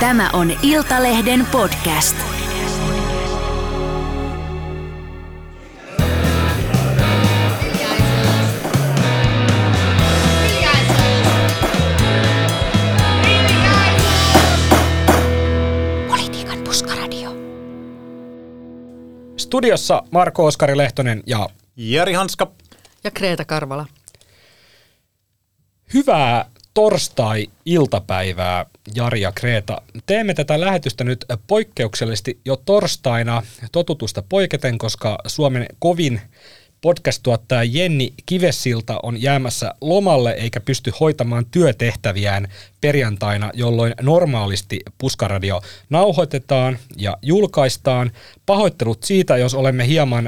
Tämä on Iltalehden podcast. Politiikan puskaradio. Studiossa Marko Oskari Lehtonen ja Jari Hanska ja Kreta Karvala. Hyvää torstai-iltapäivää, Jari ja Kreta. Teemme tätä lähetystä nyt poikkeuksellisesti jo torstaina totutusta poiketen, koska Suomen kovin podcast-tuottaja Jenni Kivesilta on jäämässä lomalle eikä pysty hoitamaan työtehtäviään perjantaina, jolloin normaalisti Puskaradio nauhoitetaan ja julkaistaan. Pahoittelut siitä, jos olemme hieman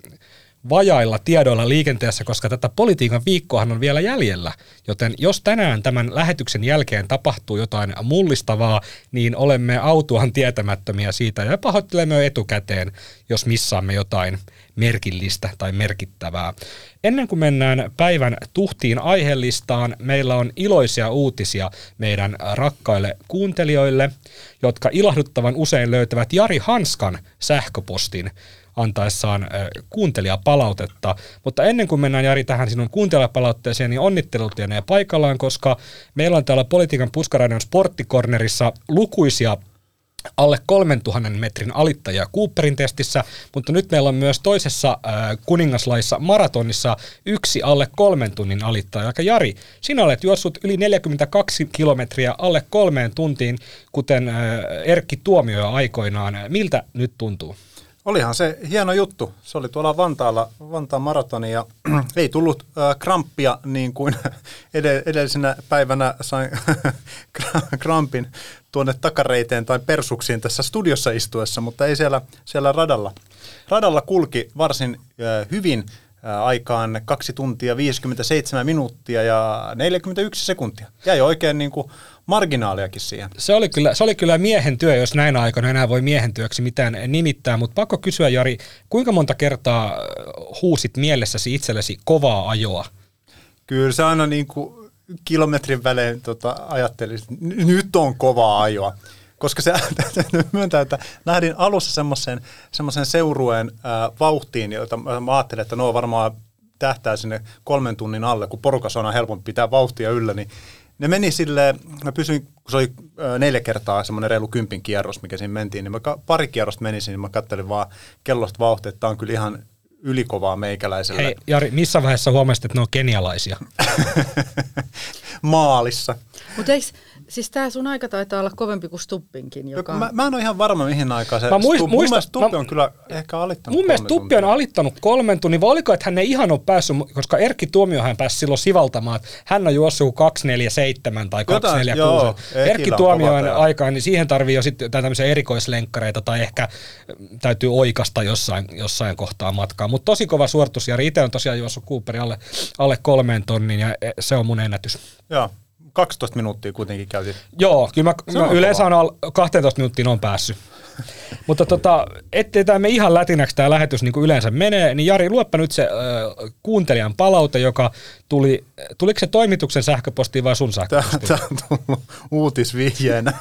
vajailla tiedoilla liikenteessä, koska tätä politiikan viikkoahan on vielä jäljellä, joten jos tänään tämän lähetyksen jälkeen tapahtuu jotain mullistavaa, niin olemme autuaan tietämättömiä siitä ja pahoittelemme etukäteen, jos missaamme jotain merkillistä tai merkittävää. Ennen kuin mennään päivän tuhtiin aiheellistaan, meillä on iloisia uutisia meidän rakkaille kuuntelijoille, jotka ilahduttavan usein löytävät Jari Hanskan sähköpostin antaessaan kuuntelijapalautetta. Mutta ennen kuin mennään, Jari, tähän sinun kuuntelijapalautteeseen, niin onnittelut lienee paikallaan, koska meillä on täällä Politiikan Puskaradion sporttikornerissa lukuisia alle 3000 metrin alittajia Cooperin testissä, mutta nyt meillä on myös toisessa kuningaslaissa maratonissa yksi alle 3 tunnin alittaja. Eli Jari, sinä olet juossut yli 42 kilometriä alle 3 tuntiin, kuten Erkki Tuomioja aikoinaan. Miltä nyt tuntuu? Olihan se hieno juttu. Se oli tuolla Vantaan maratoni ja ei tullut kramppia niin kuin edellisenä päivänä sain krampin tuonne takareiteen tai persuksiin tässä studiossa istuessa, mutta ei siellä radalla. Radalla kulki varsin hyvin aikaan 2 tuntia 57 minuuttia ja 41 sekuntia. Jäi oikein niin kuin marginaaliakin siihen. Se oli kyllä miehen työ, jos näinä aikoina enää voi miehen työksi mitään nimittää, mutta pakko kysyä, Jari, kuinka monta kertaa huusit mielessäsi itsellesi kovaa ajoa? Kyllä se aina niin kuin kilometrin välein ajattelin, että nyt on kovaa ajoa. Koska se myöntää, että lähdin alussa semmoisen seurueen vauhtiin, jota mä ajattelin, että no varmaan tähtää sinne 3 tunnin alle, kun porukassa on helpompi pitää vauhtia yllä, niin ne meni silleen, mä pysyin, kun se oli 4 kertaa semmoinen reilu 10 kierros, mikä siinä mentiin, niin mä pari kierrosta menisin, niin mä kattelin vaan kellosta vauhtia, että tää on kyllä ihan ylikovaa meikäläiselle. Hei Jari, missä vaiheessa huomasit, että ne on kenialaisia? Maalissa. Mutta siis tää sun aika taitaa olla kovempi kuin Stubbinkin. Joka mä en ole ihan varma, mihin aikaan se mun mielestä Stubbi on kyllä ehkä alittanut. Mun mielestä Stubbi on alittanut 3 tunnin, vai oliko, että hän ei ihan ole päässyt, koska Erkki Tuomiohan pääsi silloin sivaltamaan, että hän on juossut 247 tai 246. Erkki Tuomiohan aikaan, niin siihen tarvii jo sitten tämmöisiä erikoislenkkareita tai ehkä täytyy oikasta jossain kohtaa matkaa. Mutta tosi kova suoritus, Jari. Itse on tosiaan juossut Cooperin alle 3 tonnin ja se on mun ennätys. Joo. 12 minuuttia kuitenkin käytiin. Joo, kyllä mä yleensä on 12 minuuttiin on päässyt. Mutta ettei tämä me ihan lätinäksi tämä lähetys niin kuin yleensä menee, niin Jari, luoppa nyt se kuuntelijan palaute, joka tuli, tuliko se toimituksen sähköpostiin vai sun sähköpostiin? Tämä on tullut uutisvihjeenä.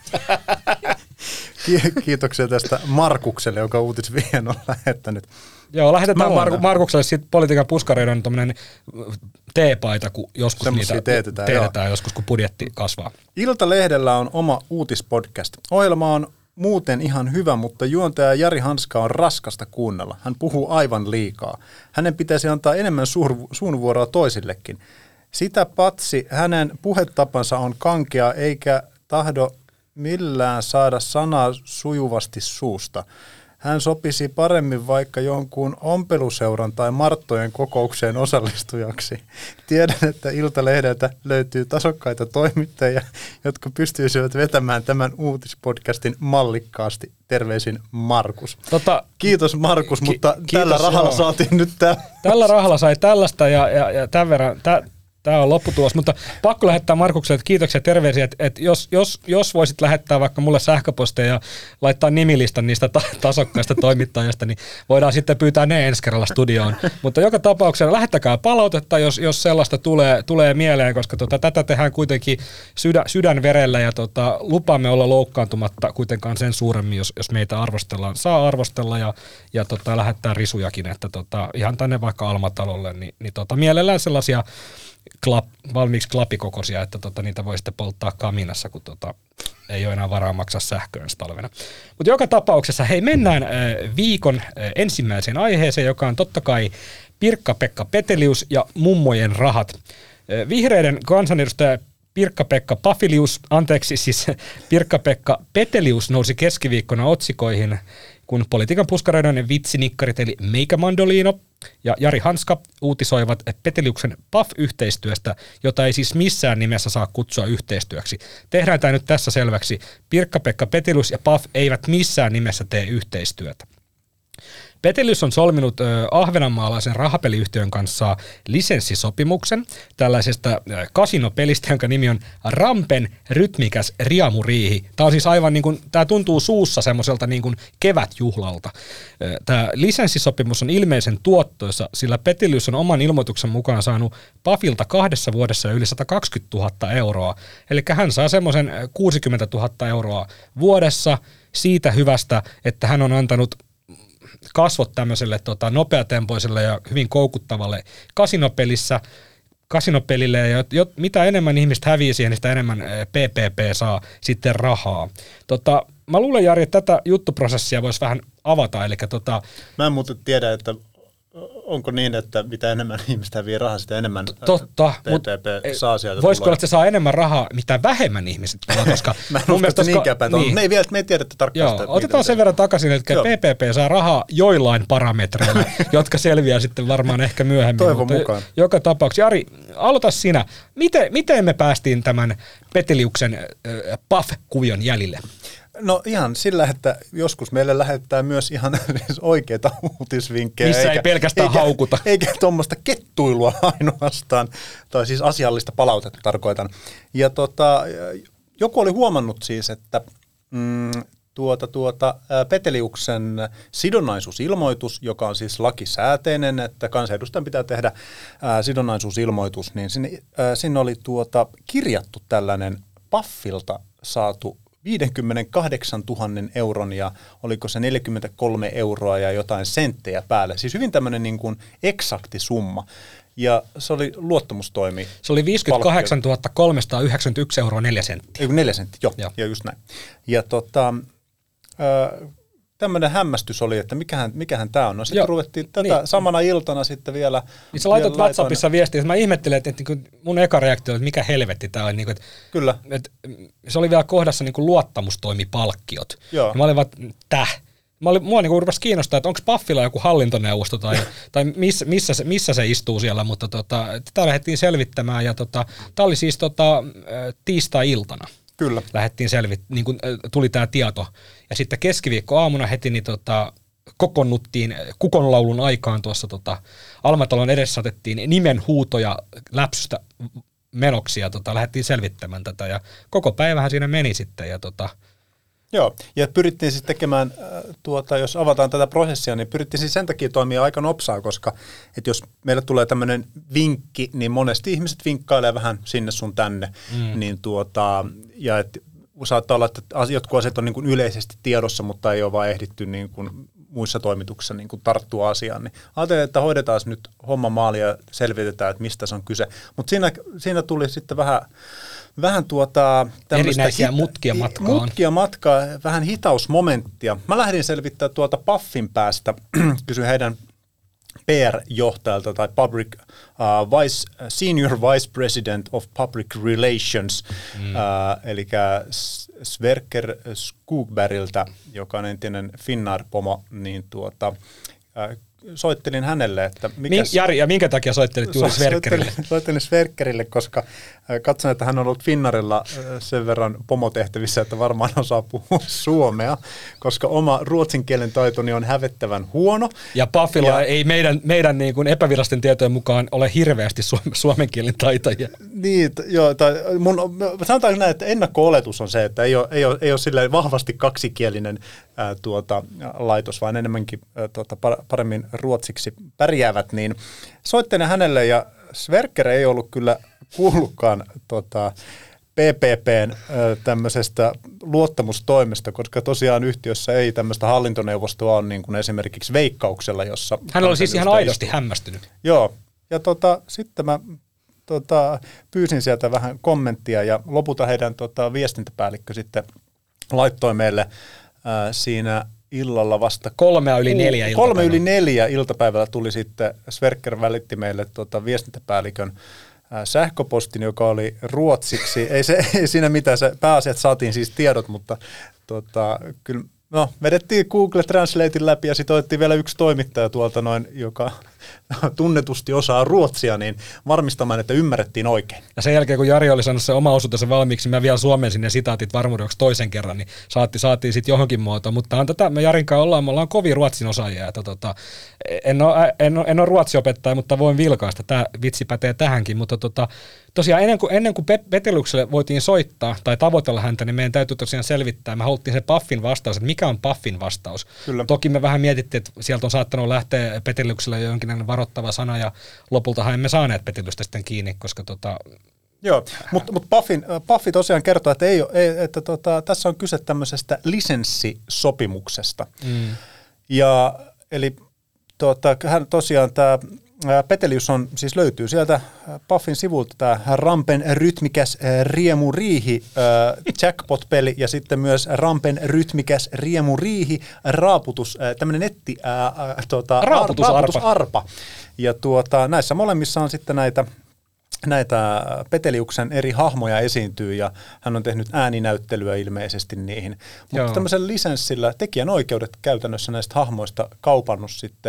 Kiitoksia tästä Markukselle, joka uutisvihjeen on lähettänyt. Joo, lähetetään Markukselle sitten Politiikan Puskaradion tommonen teepaita, kun joskus semmosia niitä teetetään joskus, kun budjetti kasvaa. Iltalehdellä on oma uutispodcast. Ohjelma on muuten ihan hyvä, mutta juontaja Jari Hanska on raskasta kuunnella. Hän puhuu aivan liikaa. Hänen pitäisi antaa enemmän suunvuoroa toisillekin. Sitä patsi hänen puhetapansa on kankea eikä tahdo millään saada sanaa sujuvasti suusta. Hän sopisi paremmin vaikka jonkun ompeluseuran tai Marttojen kokoukseen osallistujaksi. Tiedän, että Iltalehdeltä löytyy tasokkaita toimittajia, jotka pystyisivät vetämään tämän uutispodcastin mallikkaasti. Terveisin Markus. Kiitos Markus, mutta tällä rahalla saatiin nyt tämä. Tällä rahalla sai tällaista ja tämän Tämä on lopputulos, mutta pakko lähettää Markukselle kiitoksia ja terveisiä, että jos voisit lähettää vaikka mulle sähköposteja ja laittaa nimilistan niistä tasokkaista toimittajista, niin voidaan sitten pyytää ne ensi kerralla studioon. Mutta joka tapauksessa lähettäkää palautetta, jos sellaista tulee mieleen, koska tätä tehdään kuitenkin sydänverellä ja lupaamme olla loukkaantumatta kuitenkaan sen suuremmin, jos meitä arvostellaan. Saa arvostella ja lähettää risujakin, että ihan tänne vaikka Almatalolle, niin mielellään sellaisia valmiiksi klapikokoisia, että niitä voi sitten polttaa kaminassa, kun ei ole enää varaa maksaa sähköä ensi talvena. Mutta joka tapauksessa, hei, mennään viikon ensimmäiseen aiheeseen, joka on totta kai Pirkka-Pekka Petelius ja mummojen rahat. Vihreiden kansanedustaja Pirkka-Pekka Pirkka-Pekka Petelius nousi keskiviikkona otsikoihin, kun politiikan puskareiden vitsinikkarit eli Meikä Mandolino ja Jari Hanska uutisoivat Peteliuksen PAF-yhteistyöstä, jota ei siis missään nimessä saa kutsua yhteistyöksi. Tehdään tämä nyt tässä selväksi. Pirkka-Pekka Petelius ja PAF eivät missään nimessä tee yhteistyötä. Petelius on solminut ahvenanmaalaisen rahapeliyhtiön kanssa lisenssisopimuksen tällaisesta kasinopelistä, jonka nimi on Rampen rytmikäs riamuriihi. Tämä on siis aivan niin kuin, tämä tuntuu suussa semmoiselta niin kuin kevätjuhlalta. Tämä lisenssisopimus on ilmeisen tuottoisa, sillä Petelius on oman ilmoituksen mukaan saanut PAFilta 2 vuodessa yli 120 000 euroa. Eli hän saa semmoisen 60 000 euroa vuodessa siitä hyvästä, että hän on antanut kasvot tämmöiselle nopeatempoiselle ja hyvin koukuttavalle kasinopelille, ja mitä enemmän ihmiset hävii siihen, niin sitä enemmän PPP saa sitten rahaa. Mä luulen, Jari, että tätä juttuprosessia voisi vähän avata, eli Mä en muuten tiedä, että onko niin, että mitä enemmän ihmiset hävii rahaa, sitä enemmän PPP saa sieltä. Voisiko olla, että se saa enemmän rahaa, mitä vähemmän ihmiset pelaa, koska mä en usko, että niinkään päin. Niin. Me ei tiedä tarkkaan sitä. Otetaan sen verran takaisin, että PPP saa rahaa joillain parametreilla, jotka selviää sitten varmaan ehkä myöhemmin. Toivon mukaan. Joka tapauksessa. Jari, aloita sinä. Miten me päästiin tämän Peteliuksen PAF-kuvion jäljille? No ihan sillä, että joskus meille lähettää myös ihan oikeita uutisvinkkejä. Missä ei pelkästään haukuta. Eikä tuommoista kettuilua ainoastaan, tai siis asiallista palautetta tarkoitan. Ja joku oli huomannut siis, että Peteliuksen sidonnaisuusilmoitus, joka on siis lakisääteinen, että kansanedustajan pitää tehdä sidonnaisuusilmoitus, niin sinne oli kirjattu tällainen PAFilta saatu 58 000 euron ja oliko se 43 euroa ja jotain senttejä päälle. Siis hyvin tämmöinen niin kuin eksakti summa. Ja se oli luottamustoimi. Se oli 58 391 euroa 4 senttiä. Ei kun 4 senttiä, joo. Ja just näin. Ja tämmöinen hämmästys oli, että mikähän tämä on. No sitten ruvettiin tätä samana iltana sitten vielä. Niin sä laitat WhatsAppissa viestiä, että mä ihmettelin, että mun eka reaktio oli, että mikä helvetti tämä on. Että kyllä. Että se oli vielä kohdassa niin kuin luottamustoimipalkkiot. Joo. Ja mä olin vaan, mua niin rupesi kiinnostaa, että onko PAFilla joku hallintoneuvosto tai missä se istuu siellä, mutta tätä lähdettiin selvittämään ja tämä oli siis tiistai-iltana. Kyllä. Lähdettiin niin kun tuli tämä tieto. Ja sitten keskiviikkoaamuna heti niin kokonnuttiin kukonlaulun aikaan tuossa Almatalon edessä, otettiin nimenhuutoja läpsystä menoksi ja lähdettiin selvittämään tätä. Ja koko päivähän siinä meni sitten. Ja Joo, ja pyrittiin siis tekemään, jos avataan tätä prosessia, niin pyrittiin siis sen takia toimia aika nopsaa, koska että jos meille tulee tämmöinen vinkki, niin monesti ihmiset vinkkailee vähän sinne sun tänne, niin ja että saattaa olla, että jotkut asiat on niin kuin yleisesti tiedossa, mutta ei ole vaan ehditty niin kuin muissa toimituksissa niin kuin tarttua asiaan, niin ajattelin, että hoidetaan nyt homma maali ja selvitetään, että mistä se on kyse, mutta siinä tuli sitten vähän erinäisiä mutkia matkaa, vähän hitausmomenttia. Mä lähdin selvittämään PAFin päästä, kysyin heidän PR-johtajalta tai Senior Vice President of Public Relations, eli Sverker Skogbergiltä, joka on entinen Finnair-pomo, niin soittelin hänelle, että mikäs... Jari, ja minkä takia soittelit juuri Sverkerille? Soittelin Sverkerille, koska katson, että hän on ollut Finnarilla sen verran pomotehtävissä, että varmaan osaa puhua suomea, koska oma ruotsin kielen taitoni on hävettävän huono. Ja Pafilla ei meidän niin kuin epävirallisten tietojen mukaan ole hirveästi suomen kielen taitajia. Niin, joo, sanotaan näin, että ennakko-oletus on se, että ei ole silleen vahvasti kaksikielinen laitos, vaan enemmänkin paremmin ruotsiksi pärjäävät, niin soittelen hänelle ja Sverker ei ollut kyllä kuullutkaan PPPn tämmöisestä luottamustoimesta, koska tosiaan yhtiössä ei tämmöistä hallintoneuvostoa ole niin kuin esimerkiksi Veikkauksella, jossa... Hän oli siis ihan aidosti hämmästynyt. Joo, ja sitten mä pyysin sieltä vähän kommenttia ja lopulta heidän viestintäpäällikkö sitten laittoi meille siinä illalla vasta 3:04 iltapäivällä tuli sitten, Sverker välitti meille viestintäpäällikön sähköpostin, joka oli ruotsiksi. Ei siinä mitään, pääasiat saatiin siis tiedot, mutta kyllä vedettiin Google Translatein läpi ja sitten otettiin vielä yksi toimittaja tuolta noin, joka tunnetusti osaa ruotsia, niin varmistamaan, että ymmärrettiin oikein. Ja sen jälkeen, kun Jari oli sanonut sen oma osuutensa valmiiksi, mä vielä suomensin ne sitaatit varmuudeksi toisen kerran, niin saatiin sitten johonkin muotoon. Mutta me Jarin kanssa me ollaan kovin ruotsin osaajia. En ole ruotsiopettaja, mutta voin vilkaista. Tämä vitsi pätee tähänkin, mutta tosiaan ennen kuin Petelykselle voitiin soittaa tai tavoitella häntä, niin meidän täytyy tosiaan selvittää. Me haluttiin se Paffin vastaus, että mikä on Paffin vastaus. Kyllä. Toki me vähän mietittiin, että sieltä on saattanut lähteä Petelykselle jonkinlainen varoittava sana, ja lopulta emme saaneet Petelystä sitten kiinni, koska Joo, mutta Paffi tosiaan kertoo, että tässä on kyse tämmöisestä lisenssisopimuksesta. Ja eli hän tosiaan tämä Petelius on, siis löytyy sieltä Paffin sivulta tämä Rampen rytmikäs riemuriihi jackpot-peli ja sitten myös Rampen rytmikäs riemuriihi raaputus, tämmöinen raaputusarpa. Ja näissä molemmissa on sitten näitä Peteliuksen eri hahmoja esiintyy ja hän on tehnyt ääninäyttelyä ilmeisesti niihin. Mutta tämmöisellä lisenssillä tekijänoikeudet käytännössä näistä hahmoista kaupannut sitten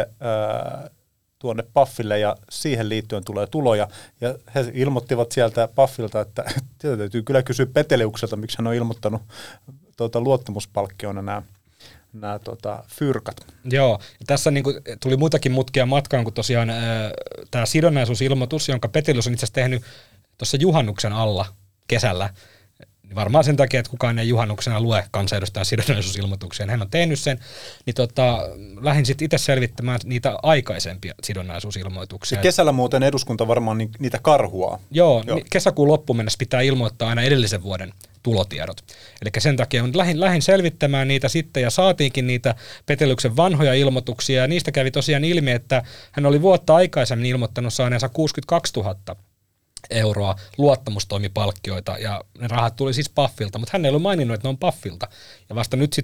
tuonne Paffille ja siihen liittyen tulee tuloja. Ja he ilmoittivat sieltä Paffilta, että täytyy kyllä kysyä Peteliukselta, miksi hän on ilmoittanut luottamuspalkkiona nämä fyrkat. Joo, ja tässä tuli muitakin mutkia matkaan kuin tosiaan tämä sidonnaisuusilmoitus, jonka Petelius on itse asiassa tehnyt tuossa juhannuksen alla kesällä. Varmaan sen takia, että kukaan ei juhannuksena lue kansanedustajan sidonnaisuusilmoituksia. Hän on tehnyt sen, niin lähdin sitten itse selvittämään niitä aikaisempia sidonnaisuusilmoituksia. Ja kesällä muuten eduskunta varmaan niitä karhuaa. Joo. Kesäkuun loppuun mennessä pitää ilmoittaa aina edellisen vuoden tulotiedot. Eli sen takia lähdin selvittämään niitä sitten ja saatiinkin niitä Petelyksen vanhoja ilmoituksia ja niistä kävi tosiaan ilmi, että hän oli vuotta aikaisemmin ilmoittanut saaneensa 62 000 euroa luottamustoimipalkkioita ja ne rahat tuli siis Paffilta, mutta hän ei ollut maininnut, että ne on Paffilta. Ja vasta nyt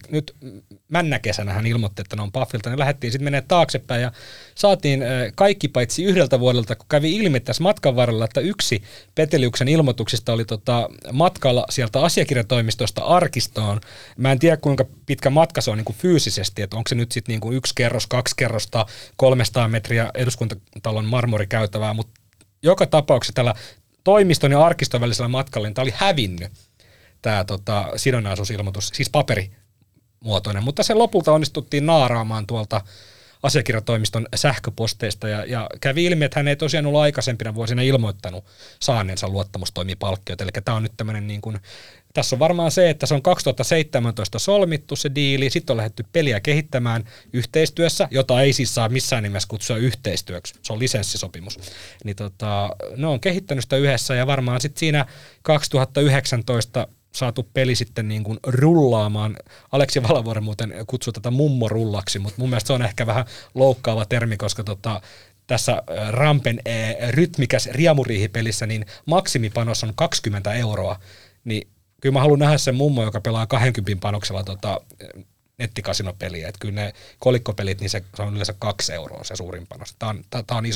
männäkesänä hän ilmoitti, että ne on Paffilta, niin lähdettiin sitten menee taaksepäin ja saatiin kaikki paitsi yhdeltä vuodelta, kun kävi ilmi tässä matkan varrella, että yksi Peteliuksen ilmoituksista oli matkalla sieltä asiakirjatoimistosta arkistoon. Mä en tiedä, kuinka pitkä matka se on niin kuin fyysisesti, että onko se nyt sitten niin kuin 1 kerros, 2 kerrosta, 300 metriä eduskuntatalon marmorikäytävää, mutta joka tapauksessa tällä toimiston ja arkiston välisellä matkalla niin tämä oli hävinnyt, tämä sidonnaisuusilmoitus, siis paperimuotoinen, mutta sen lopulta onnistuttiin naaraamaan tuolta asiakirjatoimiston sähköposteista ja kävi ilmi, että hän ei tosiaan ollut aikaisempina vuosina ilmoittanut saaneensa luottamustoimipalkkioita, eli tämä on nyt tämmöinen niin kuin, tässä on varmaan se, että se on 2017 solmittu se diili, sitten on lähdetty peliä kehittämään yhteistyössä, jota ei siis saa missään nimessä kutsua yhteistyöksi, se on lisenssisopimus. Niin ne on kehittänyt sitä yhdessä ja varmaan sitten siinä 2019 saatu peli sitten niin kuin rullaamaan. Aleksi Valavuori muuten kutsuu tätä mummorullaksi, mutta mun mielestä se on ehkä vähän loukkaava termi, koska tässä Rampen rytmikäs riemuriihipelissä niin maksimipanos on 20 €, niin kyllä mä haluan nähdä sen mummo, joka pelaa 20 panoksella nettikasinopeliä. Että kyllä ne kolikkopelit, niin se on yleensä 2 € se suurin panos. Tämä on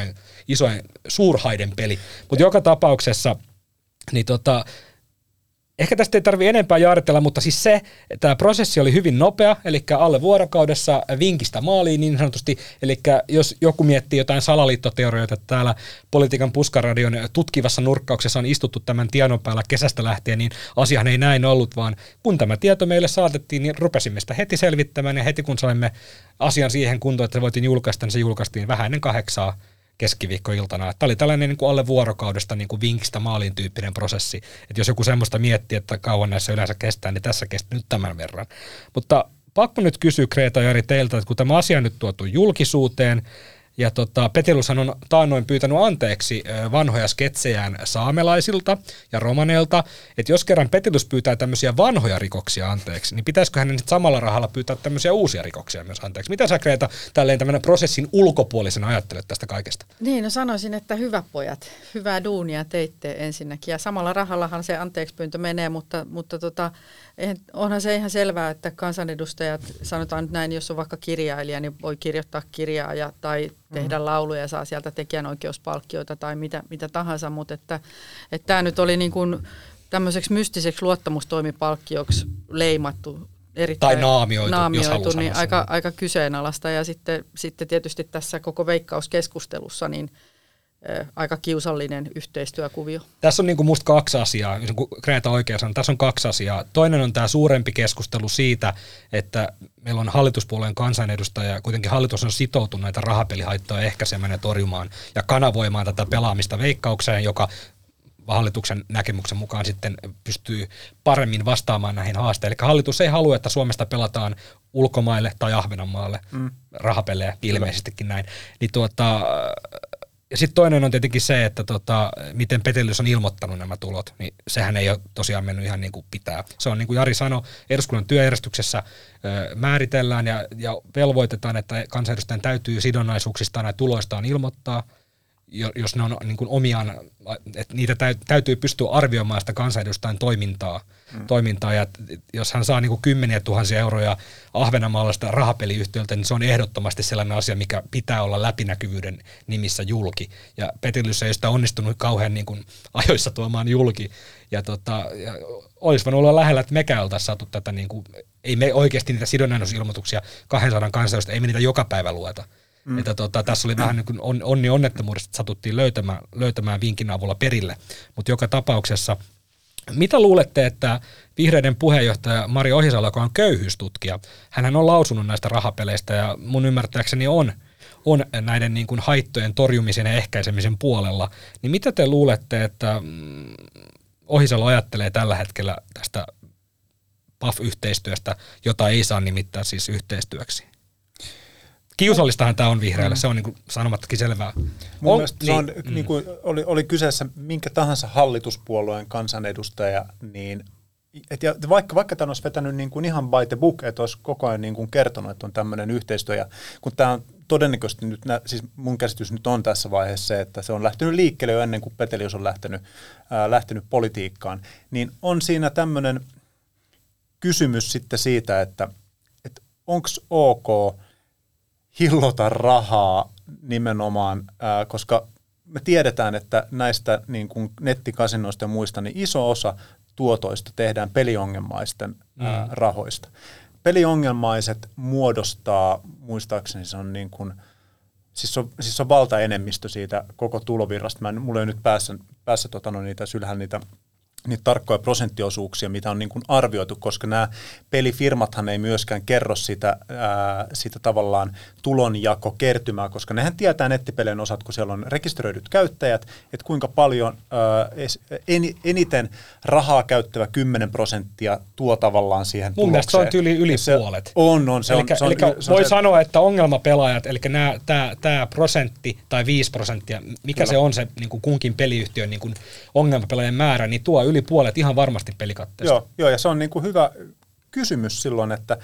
isojen suurhaiden peli. Mutta joka tapauksessa, niin Ehkä tästä ei tarvitse enempää jaaritella, mutta siis tämä prosessi oli hyvin nopea, eli alle vuorokaudessa vinkistä maaliin niin sanotusti, eli jos joku miettii jotain salaliittoteorioita, että täällä Politiikan Puskaradion tutkivassa nurkkauksessa on istuttu tämän tiedon päällä kesästä lähtien, niin asiahan ei näin ollut, vaan kun tämä tieto meille saatettiin, niin rupesimme sitä heti selvittämään, ja heti kun saimme asian siihen kuntoon, että se voitiin julkaista, niin se julkaistiin vähän ennen 8 keskiviikkoiltana. Tämä oli tällainen niin kuin alle vuorokaudesta niin kuin vinkistä maaliin tyyppinen prosessi. Että jos joku semmoista miettii, että kauan näissä yleensä kestää, niin tässä kesti nyt tämän verran. Mutta pakko nyt kysyä Kreeta ja Jari teiltä, että kun tämä asia on nyt tuotu julkisuuteen, ja Peteliushan on taannoin pyytänyt anteeksi vanhoja sketsejään saamelaisilta ja romaneilta, että jos kerran Petelius pyytää tämmöisiä vanhoja rikoksia anteeksi, niin pitäisikö hänen samalla rahalla pyytää tämmöisiä uusia rikoksia myös anteeksi? Mitä sä, Kreeta, tälleen tämmöinen prosessin ulkopuolisena ajattelet tästä kaikesta? Niin, no sanoisin, että hyvä pojat, hyvää duunia teitte ensinnäkin. Ja samalla rahallahan se anteeksipyyntö menee, mutta onhan se ihan selvää, että kansanedustajat, sanotaan nyt näin, jos on vaikka kirjailija, niin voi kirjoittaa kirjaa tai tehdä lauluja ja saa sieltä tekijänoikeuspalkkioita tai mitä tahansa, mutta että tämä nyt oli niin kuin tämmöiseksi mystiseksi luottamustoimipalkkioksi leimattu, erittäin naamioitu niin aika kyseenalaista, ja sitten tietysti tässä koko veikkauskeskustelussa niin aika kiusallinen yhteistyökuvio. Tässä on niin kuin musta 2 asiaa, kun Kreeta oikein sanoo, tässä on 2 asiaa. Toinen on tämä suurempi keskustelu siitä, että meillä on hallituspuolueen kansanedustaja, kuitenkin hallitus on sitoutunut näitä rahapelihaittoja ehkäisemään ja torjumaan ja kanavoimaan tätä pelaamista Veikkaukseen, joka hallituksen näkemyksen mukaan sitten pystyy paremmin vastaamaan näihin haasteisiin. Eli hallitus ei halua, että Suomesta pelataan ulkomaille tai Ahvenanmaalle rahapelejä, ilmeisestikin näin. Niin ja sitten toinen on tietenkin se, että miten Petelius on ilmoittanut nämä tulot, niin sehän ei ole tosiaan mennyt ihan niin kuin pitää. Se on niin kuin Jari sanoi, eduskunnan työjärjestyksessä määritellään ja velvoitetaan, että kansanedustajan täytyy sidonnaisuuksistaan ja tuloistaan ilmoittaa, jos ne on niin kuin omiaan, että niitä täytyy pystyä arvioimaan sitä kansanedustajan toimintaa, ja jos hän saa niin kuin 10 000 euroja ahvenanmaalaista rahapeliyhtiöltä, niin se on ehdottomasti sellainen asia, mikä pitää olla läpinäkyvyyden nimissä julki, ja Petelius ei sitä onnistunut kauhean niin kuin ajoissa tuomaan julki, ja olisi voinut olla lähellä, että mekään oltaisiin saatu tätä, niin kuin, ei me oikeasti niitä sidonnaisuusilmoituksia 200 kansanedustajista, ei me niitä joka päivä lueta. Että tässä oli vähän niin kuin onnettomuudesta, että satuttiin löytämään vinkin avulla perille. Mutta joka tapauksessa, mitä luulette, että vihreiden puheenjohtaja Mari Ohisalo, joka on köyhyystutkija, hänhän on lausunut näistä rahapeleistä ja mun ymmärtääkseni on näiden niin kuin haittojen torjumisen ja ehkäisemisen puolella. Niin mitä te luulette, että Ohisalo ajattelee tällä hetkellä tästä PAF-yhteistyöstä, jota ei saa nimittää siis yhteistyöksi? Kiusallistahan tämä on vihreällä, se on niin kuin sanomattakin selvää. Mun mielestä se on, niin kuin oli kyseessä minkä tahansa hallituspuolueen kansanedustaja, niin ja vaikka tämä olisi vetänyt niin kuin ihan by the book, että olisi koko ajan niin kuin kertonut, että on tämmöinen yhteistyö, ja kun tämä on todennäköisesti nyt, siis mun käsitys nyt on tässä vaiheessa se, että se on lähtenyt liikkeelle jo ennen kuin Petelius on lähtenyt politiikkaan, niin on siinä tämmöinen kysymys sitten siitä, että onko ok hillota rahaa nimenomaan, koska me tiedetään, että näistä niin kuin nettikasinoista ja muista, niin iso osa tuotoista tehdään peliongelmaisten rahoista. Peliongelmaiset muodostaa, muistaakseni se on niin kuin, siis on valtaenemmistö siitä koko tulovirrasta. Mulla ei nyt päässä niitä tarkkoja prosenttiosuuksia, mitä on niin kuin arvioitu, koska nämä pelifirmathan ei myöskään kerro sitä tavallaan tulonjakokertymää, koska nehän tietää nettipelien osat, kun siellä on rekisteröidyt käyttäjät, että kuinka paljon eniten rahaa käyttävä 10% tuo tavallaan siihen tulokseen. Mun mielestä se on yli puolet. Eli voi sanoa, että ongelmapelaajat, eli tämä prosentti tai 5%, mikä se on se niin kuin kunkin peliyhtiön niin kuin ongelmapelaajien määrä, niin tuo yli puolet ihan varmasti pelikatteesta. Joo, ja se on niin kuin hyvä kysymys silloin, että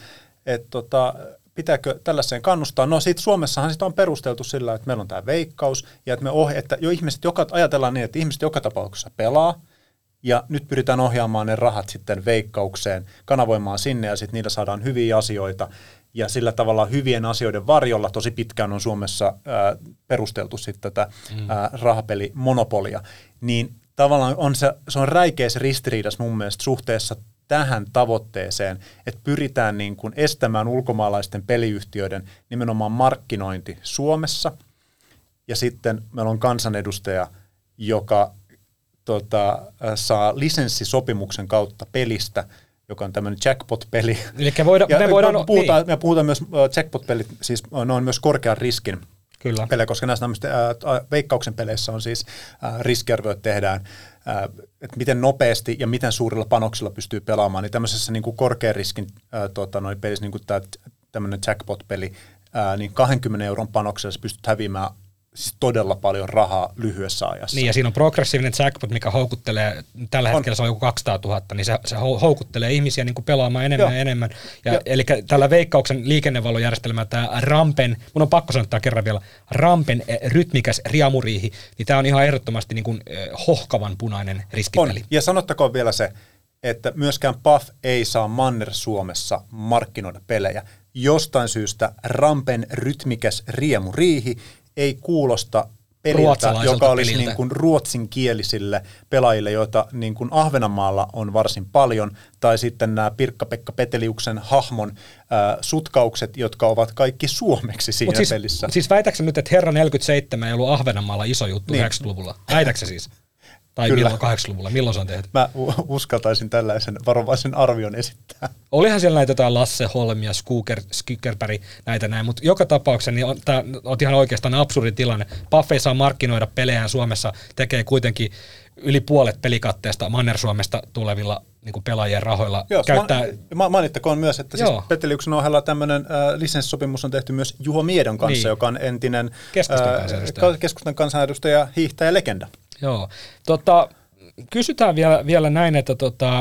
pitääkö tällaiseen kannustaa. No sitten Suomessahan sitä on perusteltu sillä, että meillä on tämä veikkaus, ja että ajatellaan niin, että ihmiset joka tapauksessa pelaa, ja nyt pyritään ohjaamaan ne rahat sitten veikkaukseen, kanavoimaan sinne, ja sitten niillä saadaan hyviä asioita, ja sillä tavalla hyvien asioiden varjolla tosi pitkään on Suomessa perusteltu sitten tätä rahapelimonopolia. Niin tavallaan se on räikeässä ristiriidassa mun mielestä suhteessa tähän tavoitteeseen, että pyritään niin kuin estämään ulkomaalaisten peliyhtiöiden nimenomaan markkinointi Suomessa. Ja sitten meillä on kansanedustaja, joka saa lisenssisopimuksen kautta pelistä, joka on tämmöinen jackpot-peli. Eli me puhutaan myös jackpot-pelit, siis ne on myös korkean riskin Kyllä. pelejä, koska näissä Veikkauksen peleissä on siis riskiarvioita tehdään, että miten nopeasti ja miten suurilla panoksilla pystyy pelaamaan. Niin tämmöisessä niin kuin korkean riskin pelissä, niin kuin tämmöinen jackpot-peli, niin 20 euron panoksella pystyt häviämään siis todella paljon rahaa lyhyessä ajassa. Niin, ja siinä on progressiivinen jackpot, mikä houkuttelee, tällä hetkellä se on joku 200 000, niin se houkuttelee ihmisiä niin kuin pelaamaan enemmän ja enemmän. Eli tällä Veikkauksen liikennevalojärjestelmällä tämä Rampen, mun on pakko sanoa kerran vielä, Rampen rytmikäs riamuriihi, niin tämä on ihan ehdottomasti niin kuin hohkavan punainen riskipeli. On, ja sanottakoon vielä se, että myöskään PAF ei saa Manner-Suomessa markkinoida pelejä. Jostain syystä Rampen rytmikäs riemuriihi ei kuulosta peliltä, joka olisi niin kuin ruotsinkielisille pelaajille, joita niin kuin Ahvenanmaalla on varsin paljon, tai sitten nämä Pirkka-Pekka Peteliuksen hahmon sutkaukset, jotka ovat kaikki suomeksi siinä pelissä. Siis väitäksä nyt, että Herra 47 ei ollut Ahvenanmaalla iso juttu niin 90-luvulla? Väitäksä siis? Tai Kyllä. Milloin 80-luvulla? Milloin se on tehty? Mä uskaltaisin tällaisen varovaisen arvion esittää. Olihan siellä näitä jotain Lasse Holm ja Skykkerberg, näitä näin, mutta joka tapauksessa niin tämä on ihan oikeastaan absurdi tilanne. PAF ei saa markkinoida pelejä Suomessa, tekee kuitenkin yli puolet pelikatteesta Manner-Suomesta tulevilla niin kuin pelaajien rahoilla. Joo, mainittakoon myös, että siis Peteliuksen ohella tämmöinen lisenssisopimus on tehty myös Juho Miedon kanssa, joka on entinen keskustan kansanedustaja, hiihtäjä, legenda. Joo. Kysytään vielä näin, että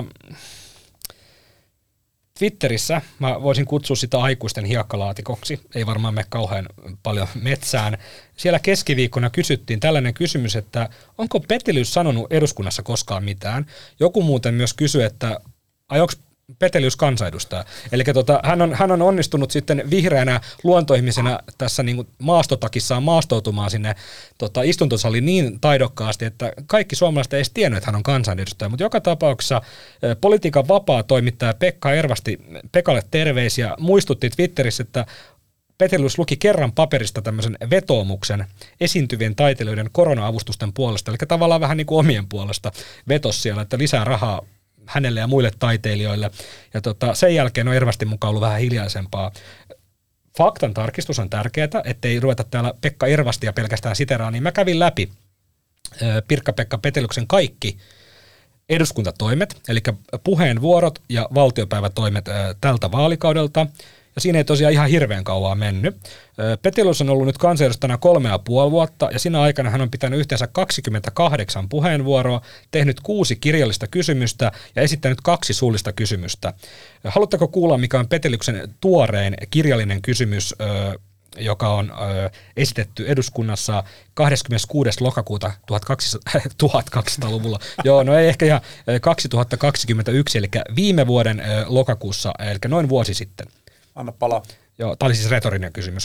Twitterissä mä voisin kutsua sitä aikuisten hiekkalaatikoksi, ei varmaan mene kauhean paljon metsään. Siellä keskiviikkona kysyttiin tällainen kysymys, että onko Petelius sanonut eduskunnassa koskaan mitään? Joku muuten myös kysyi, että onko Petelius kansanedustaja. Eli hän on onnistunut sitten vihreänä luontoihmisenä tässä niin kuin maastotakissaan maastoutumaan sinne istuntosaliin niin taidokkaasti, että kaikki suomalaiset ei edes tiennyt, että hän on kansanedustaja. Mutta joka tapauksessa Politiikan vapaa toimittaja Pekka Ervasti Pekalle terveisiä muistutti Twitterissä, että Petelius luki kerran paperista tämmöisen vetoomuksen esiintyvien taiteilijoiden korona-avustusten puolesta, eli tavallaan vähän niin kuin omien puolesta vetos siellä, että lisää rahaa hänelle ja muille taiteilijoille. Ja sen jälkeen on Ervastin mukaan ollut vähän hiljaisempaa. Faktan tarkistus on tärkeää, ettei ruveta täällä Pekka Ervastia pelkästään siteraan, niin mä kävin läpi Pirkka-Pekka Peteliuksen kaikki eduskuntatoimet, eli puheenvuorot ja valtiopäivätoimet tältä vaalikaudelta. Ja siinä ei tosiaan ihan hirveän kauan mennyt. Petelius on ollut nyt kansanedustajana 3,5 vuotta, ja siinä aikana hän on pitänyt yhteensä 28 puheenvuoroa, tehnyt 6 kirjallista kysymystä ja esittänyt 2 suullista kysymystä. Haluatteko kuulla, mikä on Peteliuksen tuorein kirjallinen kysymys, joka on esitetty eduskunnassa 26. lokakuuta 1200-luvulla. Joo, no ei ehkä ihan 2021, eli viime vuoden lokakuussa, eli noin vuosi sitten. Anna palaa. Joo, tämä oli siis retorinen kysymys.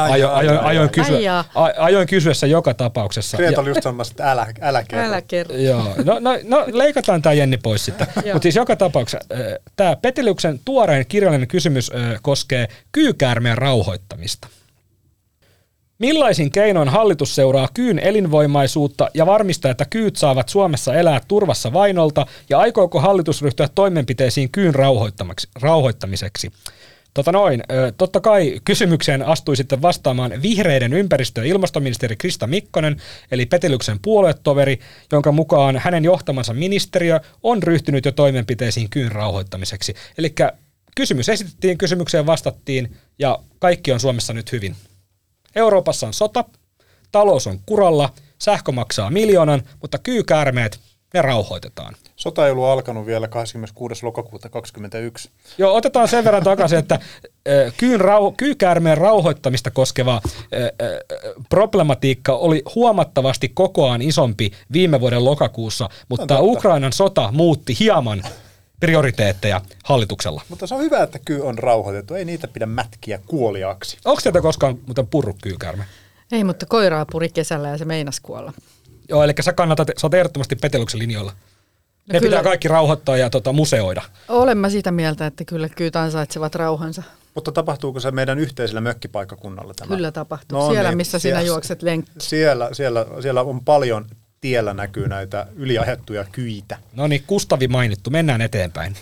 Ajoin kysyä se joka tapauksessa. Kreet oli just sanomassa, että älä kerro. Joo, no leikataan tämä Jenni pois sitten. Mutta siis joka tapauksessa tämä Peteliuksen tuorein kirjallinen kysymys koskee kyykäärmeen rauhoittamista. Millaisin keinoin hallitus seuraa kyyn elinvoimaisuutta ja varmistaa, että kyyt saavat Suomessa elää turvassa vainolta, ja aikooko hallitus ryhtyä toimenpiteisiin kyyn rauhoittamiseksi? Totta kai kysymykseen astui sitten vastaamaan vihreiden ympäristö- ja ilmastoministeri Krista Mikkonen, eli Peteliuksen puoluetoveri, jonka mukaan hänen johtamansa ministeriö on ryhtynyt jo toimenpiteisiin kyyn rauhoittamiseksi. Eli kysymys esitettiin, kysymykseen vastattiin, ja kaikki on Suomessa nyt hyvin. Euroopassa on sota, talous on kuralla, sähkö maksaa 1 000 000, mutta kyykäärmeet, ne rauhoitetaan. Sota ei ollut alkanut vielä 26. lokakuuta 2021. Joo, otetaan sen verran takaisin, että kyykäärmeen rauhoittamista koskeva problematiikka oli huomattavasti kokoaan isompi viime vuoden lokakuussa, mutta Ukrainan sota muutti hieman prioriteetteja hallituksella. Mutta se on hyvä, että kyy on rauhoitettu. Ei niitä pidä mätkiä kuoliaaksi. Onko teitä koskaan muuten purru kyykäärme? Ei, mutta koiraa puri kesällä ja se meinasi kuolla. Joo, eli sä oot ehdottomasti Peteliuksen linjoilla. Ne kyllä, pitää kaikki rauhoittaa ja museoida. olen mä sitä mieltä, että kyllä kyyt ansaitsevat rauhansa. Mutta tapahtuuko se meidän yhteisellä mökkipaikkakunnalla tämä? Kyllä tapahtuu. No Siellä, niin, missä sinä juokset lenkkiä. Siellä on paljon, tiellä näkyy näitä yliajettuja kyitä. No niin, Kustavi mainittu. Mennään eteenpäin.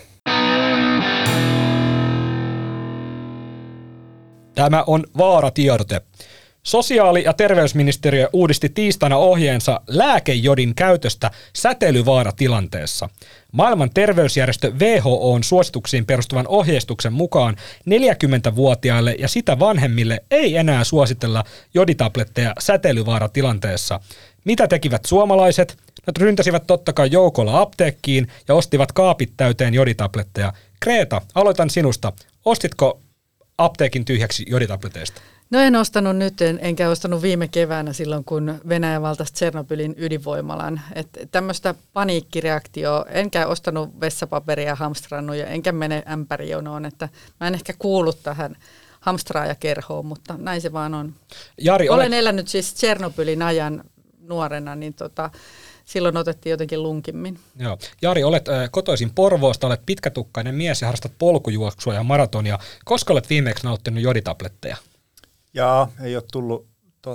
Tämä on vaaratiedote. Sosiaali- ja terveysministeriö uudisti tiistaina ohjeensa lääkejodin käytöstä säteilyvaaratilanteessa. Maailman terveysjärjestö WHO:n suosituksiin perustuvan ohjeistuksen mukaan 40-vuotiaille ja sitä vanhemmille ei enää suositella joditabletteja säteilyvaaratilanteessa. Mitä tekivät suomalaiset? Ne ryntäsivät totta kai joukolla apteekkiin ja ostivat kaapit täyteen joditabletteja. Kreeta, aloitan sinusta. Ostitko apteekin tyhjäksi joditableteista? No en ostanut nyt, enkä ostanut viime keväänä silloin, kun Venäjä valtasi Tšernobylin ydinvoimalan. Että tämmöistä paniikkireaktioa, enkä ostanut vessapaperia hamstrannut ja enkä mene ämpärijonoon, että mä en ehkä kuulu tähän hamstraajakerhoon, mutta näin se vaan on. Jari, olen elänyt siis Tšernobylin ajan nuorena, niin silloin otettiin jotenkin lunkimmin. Joo. Jari, olet kotoisin Porvoosta, olet pitkätukkainen mies ja harrastat polkujuoksua ja maratonia. Koska olet viimeksi nauttinut joditabletteja? Ja ei ole tullut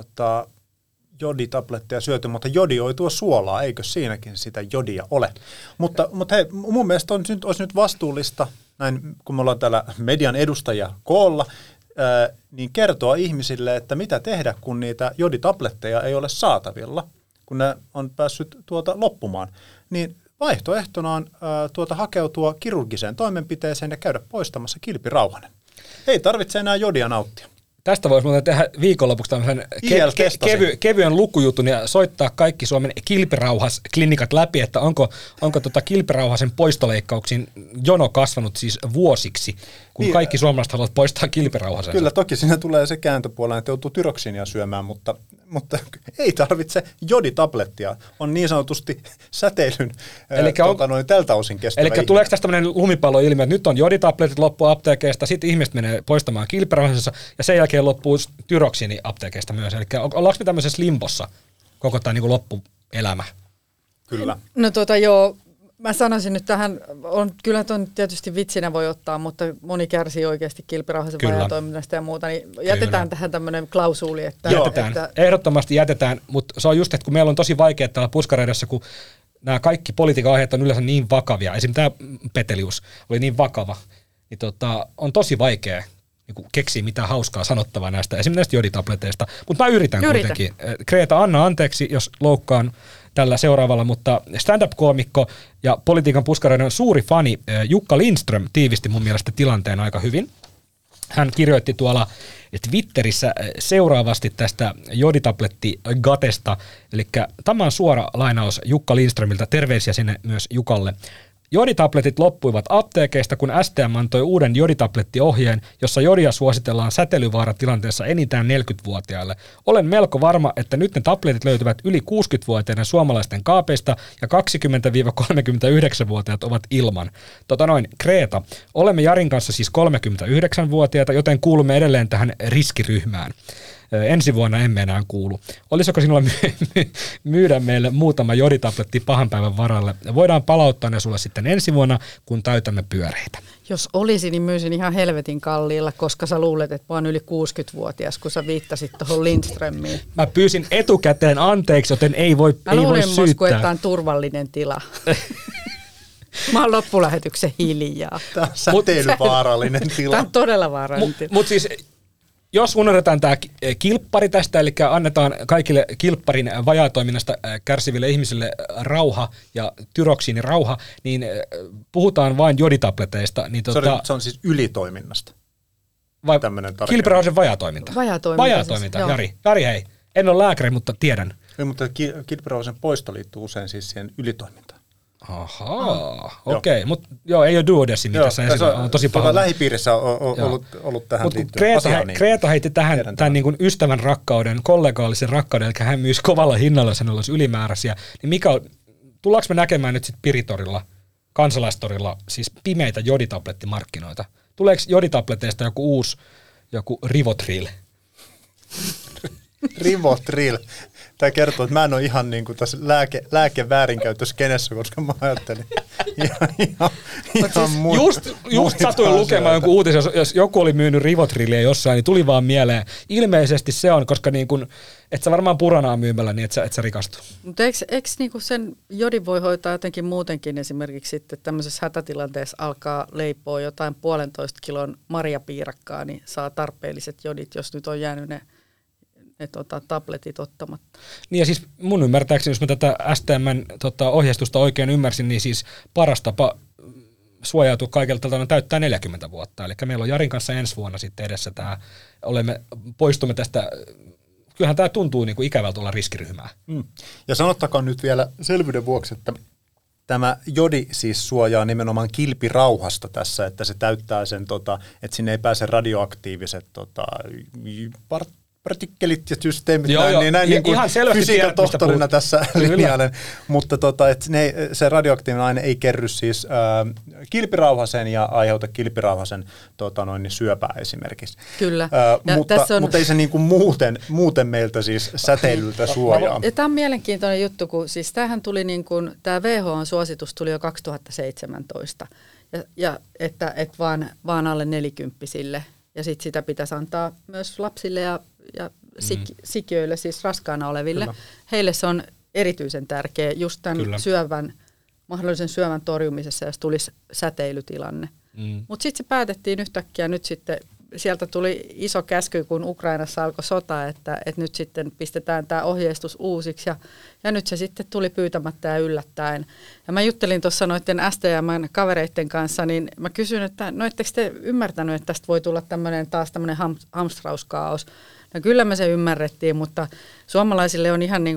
joditabletteja syöty, mutta jodioitua suolaa, eikö siinäkin sitä jodia ole? Mutta hei, mun mielestä olisi nyt vastuullista, näin kun me ollaan täällä median edustajia koolla, niin kertoa ihmisille, että mitä tehdä, kun niitä joditabletteja ei ole saatavilla, kun ne on päässyt loppumaan. Niin vaihtoehtona on hakeutua kirurgiseen toimenpiteeseen ja käydä poistamassa kilpirauhanen. Ei tarvitse enää jodia nauttia. Tästä voisi muuten tehdä viikonlopuksi tämmöisen kevyen lukujutun ja soittaa kaikki Suomen kilpirauhasklinikat läpi, että onko kilpirauhasen poistoleikkauksiin jono kasvanut siis vuosiksi, kun niin, kaikki suomalaiset haluavat poistaa kilpirauhasen. Kyllä, toki siinä tulee se kääntöpuolella, että joutuu tyroksiinia syömään, mutta ei tarvitse joditablettia. On niin sanotusti säteilyn tältä osin kestävä Eli tuleeko tästä tämmöinen lumipalloilmiö, että nyt on joditabletit loppu apteekeista, sitten ihmiset menee poistamaan kilpirauhasensa ja sen jälkeen loppuu tyroksiini apteekeista myös. Eli ollaanko me tämmöisessä limbossa koko tämä niin loppuelämä? Kyllä. No joo. Mä sanoisin nyt tähän, kyllä tuon tietysti vitsinä voi ottaa, mutta moni kärsii oikeasti kilpirauhasen vajatoiminnasta ja muuta, niin jätetään tähän tämmöinen klausuuli. Että, ehdottomasti jätetään, mutta se on just, että kun meillä on tosi vaikea täällä Puskareidassa, kun nämä kaikki politiikan aiheet on yleensä niin vakavia, esimerkiksi tämä Petelius oli niin vakava, niin on tosi vaikea niin keksiä mitään hauskaa sanottavaa esimerkiksi näistä joditableteista, mutta mä yritän kuitenkin. Kreeta, anna anteeksi, jos loukkaan tällä seuraavalla, mutta stand-up-koomikko ja politiikan puskareiden suuri fani Jukka Lindström tiivisti mun mielestä tilanteen aika hyvin. Hän kirjoitti tuolla Twitterissä seuraavasti tästä joditabletti-gatesta, eli tämä on suora lainaus Jukka Lindströmiltä, terveisiä sinne myös Jukalle. Joditabletit loppuivat apteekeista, kun STM antoi uuden joditablettiohjeen, jossa jodia suositellaan säteilyvaaratilanteessa enintään 40-vuotiaille. Olen melko varma, että nyt ne tabletit löytyvät yli 60-vuotiaiden suomalaisten kaapeista ja 20-39-vuotiaat ovat ilman. Kreeta. Olemme Jarin kanssa siis 39-vuotiaita, joten kuulumme edelleen tähän riskiryhmään. Ensi vuonna emme enää kuulu. Olisiko sinulla myydä meille muutama joditabletti pahan päivän varalle? Voidaan palauttaa ne sulle sitten ensi vuonna, kun täytämme pyöreitä. Jos olisi, niin myisin ihan helvetin kalliilla, koska sä luulet, että mä oon yli 60-vuotias, kun sä viittasit tuohon Lindströmiin. Mä pyysin etukäteen anteeksi, joten ei voi syyttää. Mä luulen, Mosku, että tämä on turvallinen tila. Mä oon loppulähetyksen hiljaa. Tämä on säteilyvaarallinen tila. Tämä on todella vaarallinen tila. Mutta siis jos unohdetaan tämä kilppari tästä, eli annetaan kaikille kilpparin vajaatoiminnasta kärsiville ihmisille rauha ja tyroksiinirauha, niin puhutaan vain joditableteista. Niin se on siis ylitoiminnasta. Vai kilpirauhasen vajatoiminta? Vajatoiminta, siis, Jari, hei. En ole lääkäri, mutta tiedän. Ei, mutta kilpirauhasen poisto liittyy usein siis siihen ylitoimintaan. Ahaa, okei. Mutta ei ole duodesimi tässä esillä, on tosi paha. Lähipiirissä on ollut tähän liittyen asiaan. Kreeta heitti tämän niin kuin ystävän rakkauden, kollegaalisen rakkauden, eli hän myisi kovalla hinnalla, jos hänellä olisi ylimääräisiä. Niin tullaanko me näkemään nyt sitten Piritorilla, Kansalaistorilla, siis pimeitä joditablettimarkkinoita? Tuleeko joditableteista joku Rivotril? Rivotril. Tämä kertoo, että mä en ole ihan niin kuin tässä lääkeväärinkäyttöskenessä, koska mä ajattelin ihan Just satuin lukemaan jonkun uutisen, jos joku oli myynyt Rivotrillia jossain, niin tuli vaan mieleen. Ilmeisesti se on, koska niin kun, et sä varmaan puranaa myymällä, niin et sä rikastu. Mutta eikö niinku sen jodin voi hoitaa jotenkin muutenkin esimerkiksi sitten tämmöisessä hätätilanteessa alkaa leipoa jotain 1,5 kilon marjapiirakkaa, niin saa tarpeelliset jodit, jos nyt on jäänyt ne tabletit ottamatta. Niin ja siis mun ymmärtääkseni, jos mä tätä STM:n ohjeistusta oikein ymmärsin, niin siis paras tapa suojautua kaikilta tältä on täyttää 40 vuotta. Eli meillä on Jarin kanssa ensi vuonna sitten edessä tämä, poistumme tästä, kyllähän tämä tuntuu niin kuin ikävältä olla riskiryhmää. Ja sanottakoon nyt vielä selvyyden vuoksi, että tämä jodi siis suojaa nimenomaan kilpirauhasta tässä, että se täyttää sen, että sinne ei pääse radioaktiiviset partikkelit ja systeemit, niin kuin fysiikan tohtorina tässä linjailen, mutta se radioaktiivinen aine ei kerry siis kilpirauhasen ja aiheuta kilpirauhasen syöpää esimerkiksi. Kyllä. Mutta ei se niin kuin muuten meiltä siis säteilyltä suojaa. Ja tämä on mielenkiintoinen juttu, kun siis tämähän tuli niin kuin, tämä WHO:n-suositus tuli jo 2017, ja että vaan alle 40-vuotiaille, ja sitten sitä pitäisi antaa myös lapsille ja sikiöille, siis raskaana oleville. Kyllä. Heille se on erityisen tärkeä just tämän mahdollisen syövän torjumisessa, jos tulisi säteilytilanne. Mutta sitten se päätettiin yhtäkkiä, nyt sitten sieltä tuli iso käsky, kun Ukrainassa alkoi sota, että nyt sitten pistetään tämä ohjeistus uusiksi, ja nyt se sitten tuli pyytämättä ja yllättäen. Ja mä juttelin tuossa noiden STM:n kavereiden kanssa, niin mä kysyin, että no ettekö te ymmärtänyt, että tästä voi tulla taas tämmöinen hamstrauskaos. No kyllä me se ymmärrettiin, mutta suomalaisille on ihan niin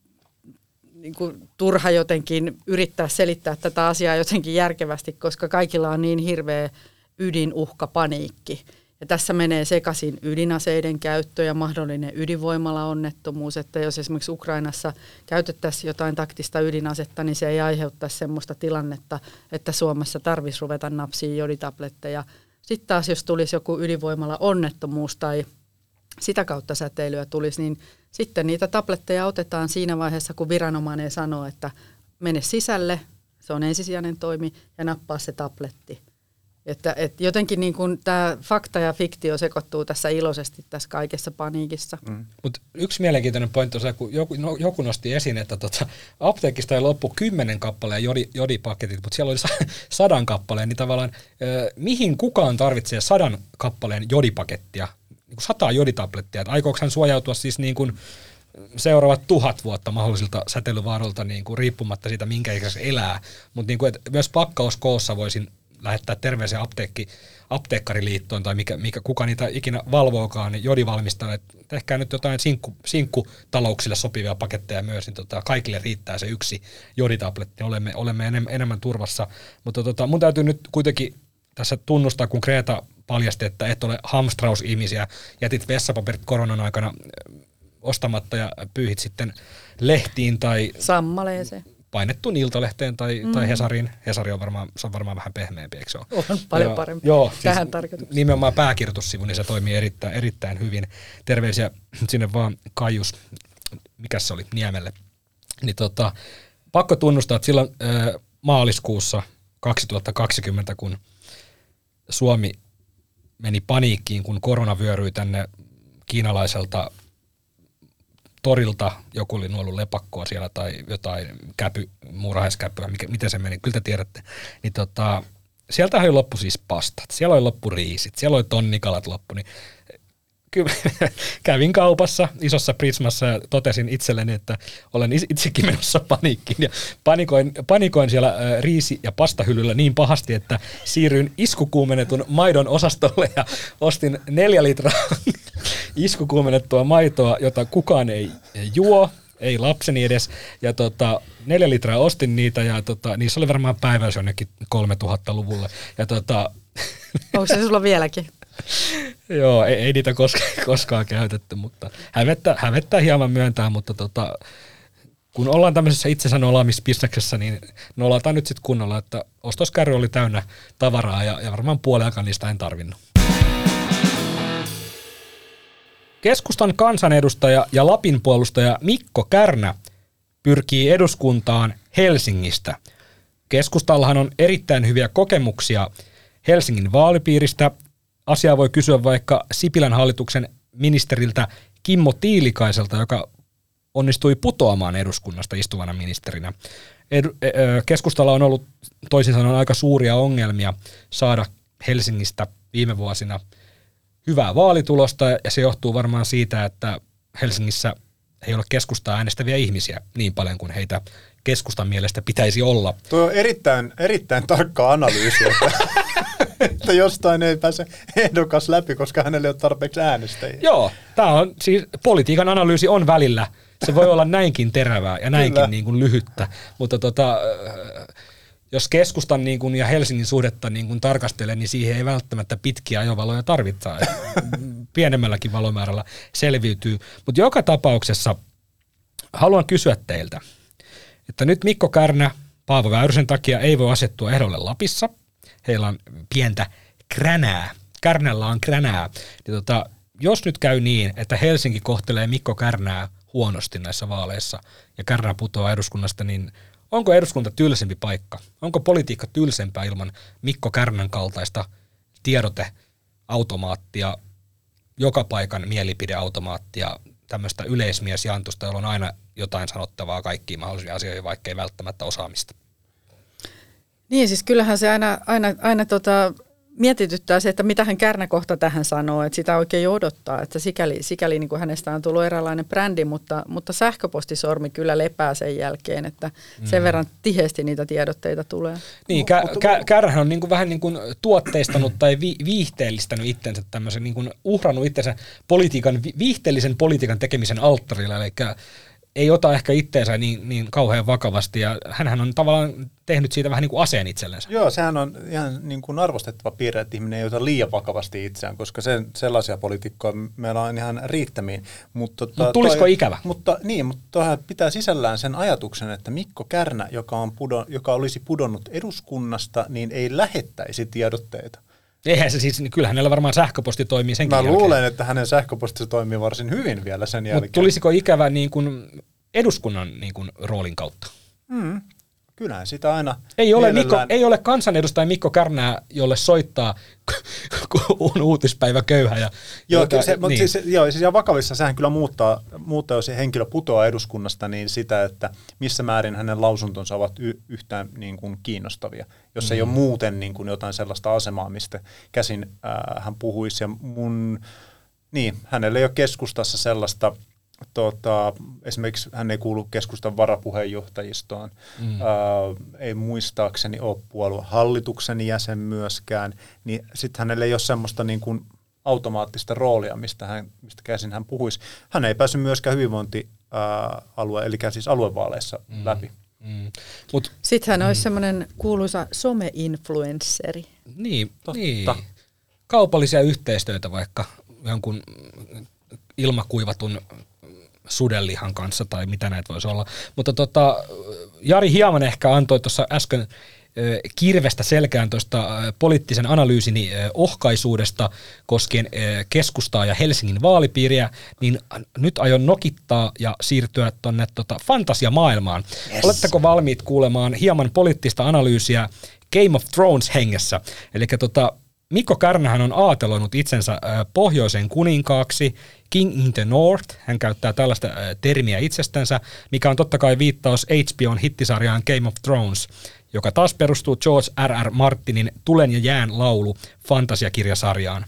kuin turha jotenkin yrittää selittää tätä asiaa jotenkin järkevästi, koska kaikilla on niin hirveä ydinuhkapaniikki. Ja tässä menee sekaisin ydinaseiden käyttö ja mahdollinen ydinvoimalaonnettomuus, että jos esimerkiksi Ukrainassa käytettäisiin jotain taktista ydinasetta, niin se ei aiheuttaisi semmoista tilannetta, että Suomessa tarvitsisi ruveta napsiin joditabletteja. Sitten taas jos tulisi joku ydinvoimalaonnettomuus tai sitä kautta säteilyä tulisi, niin sitten niitä tabletteja otetaan siinä vaiheessa, kun viranomainen sanoo, että mene sisälle, se on ensisijainen toimi, ja nappaa se tabletti. Että jotenkin niin kuin tämä fakta ja fiktio sekoittuu tässä iloisesti tässä kaikessa paniikissa. Mutta yksi mielenkiintoinen pointti on se, kun joku nosti esiin, että apteekista ei loppu 10 kappaleen jodipaketit, mutta siellä oli 100 kappaleen, niin tavallaan mihin kukaan tarvitsee 100 kappaleen jodipakettia, niin kuin 100 joditablettia, että aikooko hän suojautua siis niin kuin seuraavat 1000 vuotta mahdollisilta säteilyvaaroilta niin kuin riippumatta siitä, minkä ikäisessä elää, mutta niin kuin, että myös pakkauskoossa voisin lähettää terveisiä apteekkariliittoon tai kuka niitä ikinä valvookaan, niin jodivalmistaa, että tehkää nyt jotain sinkkutalouksille sopivia paketteja myös, niin kaikille riittää se yksi joditabletti, olemme enemmän turvassa, mutta mun täytyy nyt kuitenkin tässä tunnustaa, kun Greta paljasti, että et ole hamstrausihmisiä, jätit vessapaperit koronan aikana ostamatta ja pyyhit sitten lehtiin tai sammaleeseen. Painettuun Iltalehteen tai Hesariin. Hesari on varmaan vähän pehmeämpi, eikö se ole? On paljon parempi. Joo, tähän siis tarkoitukseen. Nimenomaan pääkirjoitussivu, niin se toimii erittäin hyvin. Terveisiä sinne vaan Kaius, mikäs se oli, Niemelle. Niin pakko tunnustaa, että silloin maaliskuussa 2020, kun Suomi meni paniikkiin, kun korona vyöryi tänne kiinalaiselta torilta, joku oli nuollut lepakkoa siellä tai jotain muurahaiskäpyä, miten se meni, kyllä te tiedätte, niin sieltähän oli loppu siis pastat, siellä oli loppu riisit, siellä oli tonnikalat loppu, niin kyllä kävin kaupassa isossa Prismassa ja totesin itselleni, että olen itsekin menossa paniikkiin ja panikoin siellä riisi- ja pastahyllyllä niin pahasti, että siirryin iskukuumennetun maidon osastolle ja ostin 4 litraa iskukuumennettua maitoa, jota kukaan ei juo, ei lapseni edes, ja 4 litraa ostin niitä ja niissä oli varmaan päiväys jonnekin 3000-luvulla. Ja onko se sulla vieläkin? Joo, ei niitä koskaan käytetty, mutta hävettää hieman myöntää, mutta kun ollaan tämmöisessä itsensä nolaamisbisneksessä, niin nolataan nyt sitten kunnolla, että ostoskärry oli täynnä tavaraa ja varmaan puoleakaan niistä en tarvinnut. Keskustan kansanedustaja ja Lapin puolustaja Mikko Kärnä pyrkii eduskuntaan Helsingistä. Keskustallahan on erittäin hyviä kokemuksia Helsingin vaalipiiristä. Asiaa voi kysyä vaikka Sipilän hallituksen ministeriltä Kimmo Tiilikaiselta, joka onnistui putoamaan eduskunnasta istuvana ministerinä. Keskustalla on ollut toisin sanoen aika suuria ongelmia saada Helsingistä viime vuosina hyvää vaalitulosta, ja se johtuu varmaan siitä, että Helsingissä ei ole keskustaa äänestäviä ihmisiä niin paljon kuin heitä keskustan mielestä pitäisi olla. Tuo on erittäin tarkka analyysi, että jostain ei pääse ehdokas läpi, koska hänelle ei ole tarpeeksi äänestäjiä. Joo, tämä on siis politiikan analyysi on välillä. Se voi olla näinkin terävää ja näinkin niin kuin lyhyttä, mutta jos keskustan niin kuin ja Helsingin suhdetta niin kuin tarkastelee, niin siihen ei välttämättä pitkiä ajovaloja tarvitse. Pienemmälläkin valomäärällä selviytyy. Mutta joka tapauksessa haluan kysyä teiltä, että nyt Mikko Kärnä Paavo Väyrysen takia ei voi asettua ehdolle Lapissa. Heillä on pientä kränää. Kärnällä on kränää. Niin jos nyt käy niin, että Helsinki kohtelee Mikko Kärnää huonosti näissä vaaleissa ja Kärnä putoaa eduskunnasta, niin onko eduskunta tylsempi paikka? Onko politiikka tylsempää ilman Mikko Kärnän kaltaista tiedoteautomaattia, joka paikan mielipideautomaattia, tämmöistä yleismiesjantusta, jolla on aina jotain sanottavaa kaikkiin mahdollisiin asioihin, vaikka ei välttämättä osaamista? Niin, siis kyllähän se aina mietityttää se, että mitä hän Kärnä kohta tähän sanoo, että sitä oikein odottaa, että sikäli niin kuin hänestä on tullut eräänlainen brändi, mutta sähköpostisormi kyllä lepää sen jälkeen, että sen verran tiheesti niitä tiedotteita tulee. Niin, Kärnähän on niin kuin vähän niin kuin tuotteistanut tai viihteellistänyt itsensä tämmöisen, niin kuin uhrannut itsensä viihteellisen politiikan tekemisen alttarilla, eli ei ota ehkä itteensä niin kauhean vakavasti, ja hänhän on tavallaan tehnyt siitä vähän niin kuin aseen itsellensä. Joo, sehän on ihan niin kuin arvostettava piirre, että ihminen ei ota liian vakavasti itseään, koska sellaisia poliitikkoja meillä on ihan riittämiin. Mutta tulisiko ikävä? Mutta tuohan pitää sisällään sen ajatuksen, että Mikko Kärnä, joka olisi pudonnut eduskunnasta, niin ei lähettäisi tiedotteita. Eihän se siis, kyllähän hänellä varmaan sähköposti toimii senkin jälkeen. Mä luulen, jälkeen. Että hänen sähköpostinsa toimii varsin hyvin vielä sen jälkeen. Mutta tulisiko ikävä niin kuin eduskunnan niin kuin roolin kautta? Kyllähän sitä aina ei ole kansanedustaja Mikko Kärnää, jolle soittaa, kun on uutispäivä köyhä. Siis vakavissa sehän kyllä muuttaa, jos se henkilö putoaa eduskunnasta, niin sitä, että missä määrin hänen lausuntonsa ovat yhtään niin kuin kiinnostavia. Jos ei ole muuten niin kuin jotain sellaista asemaa, mistä käsin hän puhuisi. Ja hänellä ei ole keskustassa sellaista, esimerkiksi hän ei kuulu keskustan varapuheenjohtajistoon, ei muistaakseni ole puoluehallituksen jäsen myöskään, niin sitten hänellä ei ole semmoista niin kuin automaattista roolia, mistä käsin hän puhuisi. Hän ei päässyt myöskään hyvinvointialue, eli siis aluevaaleissa läpi. Sitten hän olisi semmoinen kuuluisa some-influensseri. Niin, kaupallisia yhteistyötä vaikka jonkun ilmakuivatun sudenlihan kanssa tai mitä näitä voisi olla. Mutta Jari hieman ehkä antoi tuossa äsken kirvestä selkään tuosta poliittisen analyysini ohkaisuudesta koskien keskustaa ja Helsingin vaalipiiriä, niin nyt aion nokittaa ja siirtyä tuonne fantasiamaailmaan. Yes. Oletteko valmiit kuulemaan hieman poliittista analyysiä Game of Thrones hengessä? Eli Mikko Kärnähän on aateloinut itsensä pohjoisen kuninkaaksi, King in the North, hän käyttää tällaista termiä itsestänsä, mikä on totta kai viittaus HBOn hittisarjaan Game of Thrones, joka taas perustuu George R.R. Martinin Tulen ja jään laulu fantasiakirjasarjaan.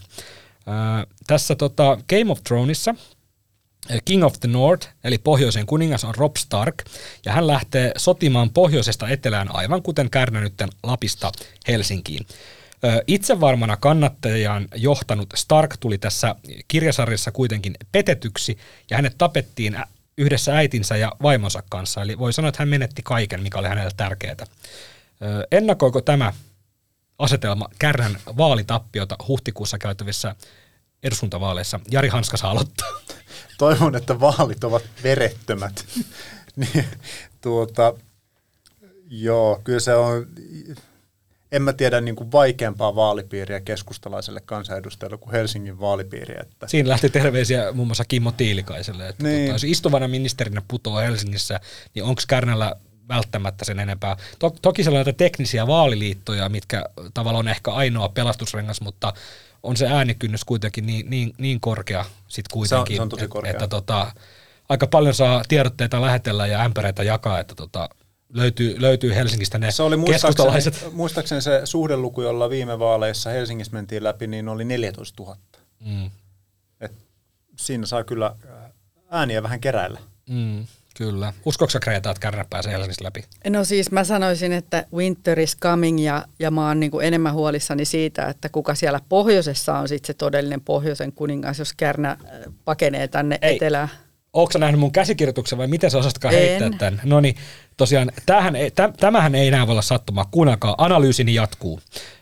Tässä Game of Thronesissa King of the North, eli pohjoisen kuningas, on Robb Stark, ja hän lähtee sotimaan pohjoisesta etelään aivan kuten Kärnä nytten Lapista Helsinkiin. Itsevarmana kannattajaan johtanut Stark tuli tässä kirjasarjassa kuitenkin petetyksi, ja hänet tapettiin yhdessä äitinsä ja vaimonsa kanssa, eli voi sanoa, että hän menetti kaiken, mikä oli hänelle tärkeää. Ennakoiko tämä asetelma Kärnän vaalitappiota huhtikuussa käytävissä eduskuntavaaleissa? Jari Hanska saa aloittaa. Toivon, että vaalit ovat verettömät. Joo, kyllä se on. en mä tiedä niin kuin vaikeampaa vaalipiiriä keskustalaiselle kansanedustajalle kuin Helsingin vaalipiiri. Että. Siinä lähti terveisiä muun muassa Kimmo Tiilikaiselle, että niin. jos istuvana ministerinä putoaa Helsingissä, niin onko Kärnällä välttämättä sen enempää. Toki siellä on näitä teknisiä vaaliliittoja, mitkä tavallaan on ehkä ainoa pelastusrengas, mutta on se äänikynnys kuitenkin niin korkea sit kuitenkin, se on tosi korkea. Että aika paljon saa tiedotteita lähetellä ja ämpäreitä jakaa, että löytyy Helsingistä ne se oli keskustalaiset. Muistaakseni se suhdeluku, jolla viime vaaleissa Helsingissä mentiin läpi, niin oli 14 000. Et siinä saa kyllä ääniä vähän keräillä. Kyllä. Uskoksä Kreta, että Kärnä pääsee Helsingissä läpi? No siis mä sanoisin, että winter is coming ja mä oon niin kuin enemmän huolissani siitä, että kuka siellä pohjoisessa on sitten se todellinen pohjoisen kuningas, jos Kärnä pakenee tänne etelään. Ootko sä nähnyt mun käsikirjoituksen vai miten sä osatkaan heittää tämän? No niin, tosiaan tämähän ei enää voi olla sattumaa. Kuunnelkaa, analyysini jatkuu.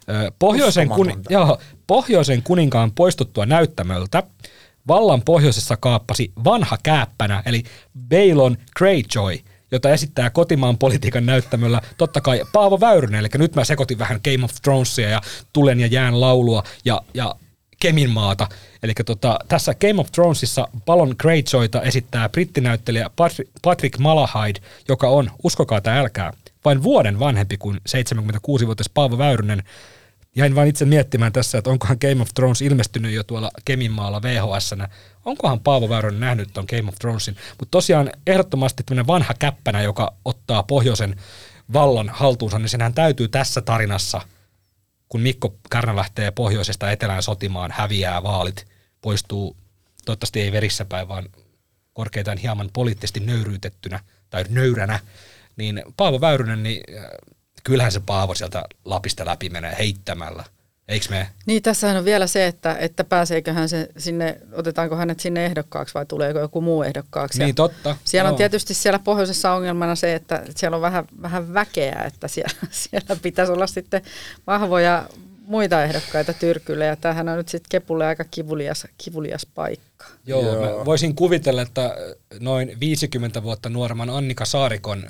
Pohjoisen kuninkaan poistuttua näyttämöltä vallan pohjoisessa kaappasi vanha kääppänä, eli Balon Greyjoy, jota esittää kotimaan politiikan näyttämöllä totta kai Paavo Väyrynen. Eli nyt mä sekoitin vähän Game of Thronesia ja Tulen ja jään laulua ja Keminmaata. Eli tässä Game of Thronesissa Balon Greyjoyta esittää brittinäyttelijä Patrick Malahide, joka on, uskokaa tai älkää, vain vuoden vanhempi kuin 76-vuotias Paavo Väyrynen. Jäin vain itse miettimään tässä, että onkohan Game of Thrones ilmestynyt jo tuolla Keminmaalla VHS-nä. Onkohan Paavo Väyrynen nähnyt tuon Game of Thronesin. Mutta tosiaan ehdottomasti tämmöinen vanha käppänä, joka ottaa pohjoisen vallan haltuunsa, niin senhän täytyy tässä tarinassa, kun Mikko Kärnä lähtee pohjoisesta etelään sotimaan, häviää vaalit, poistuu, toivottavasti ei verissä päin, vaan korkeintaan hieman poliittisesti nöyryytettynä tai nöyränä, niin Paavo Väyrynen, niin kyllähän se Paavo sieltä Lapista läpi menee heittämällä, eikö me? Niin, tässähän on vielä se, että pääseeköhän se sinne, otetaanko hänet sinne ehdokkaaksi vai tuleeko joku muu ehdokkaaksi. Niin, totta. Siellä on tietysti siellä pohjoisessa ongelmana se, että siellä on vähän väkeä, että siellä pitäisi olla sitten vahvoja muita ehdokkaita tyrkylle, ja tämähän on nyt sitten Kepulle aika kivulias paikka. Joo. Mä voisin kuvitella, että noin 50 vuotta nuoremman Annika Saarikon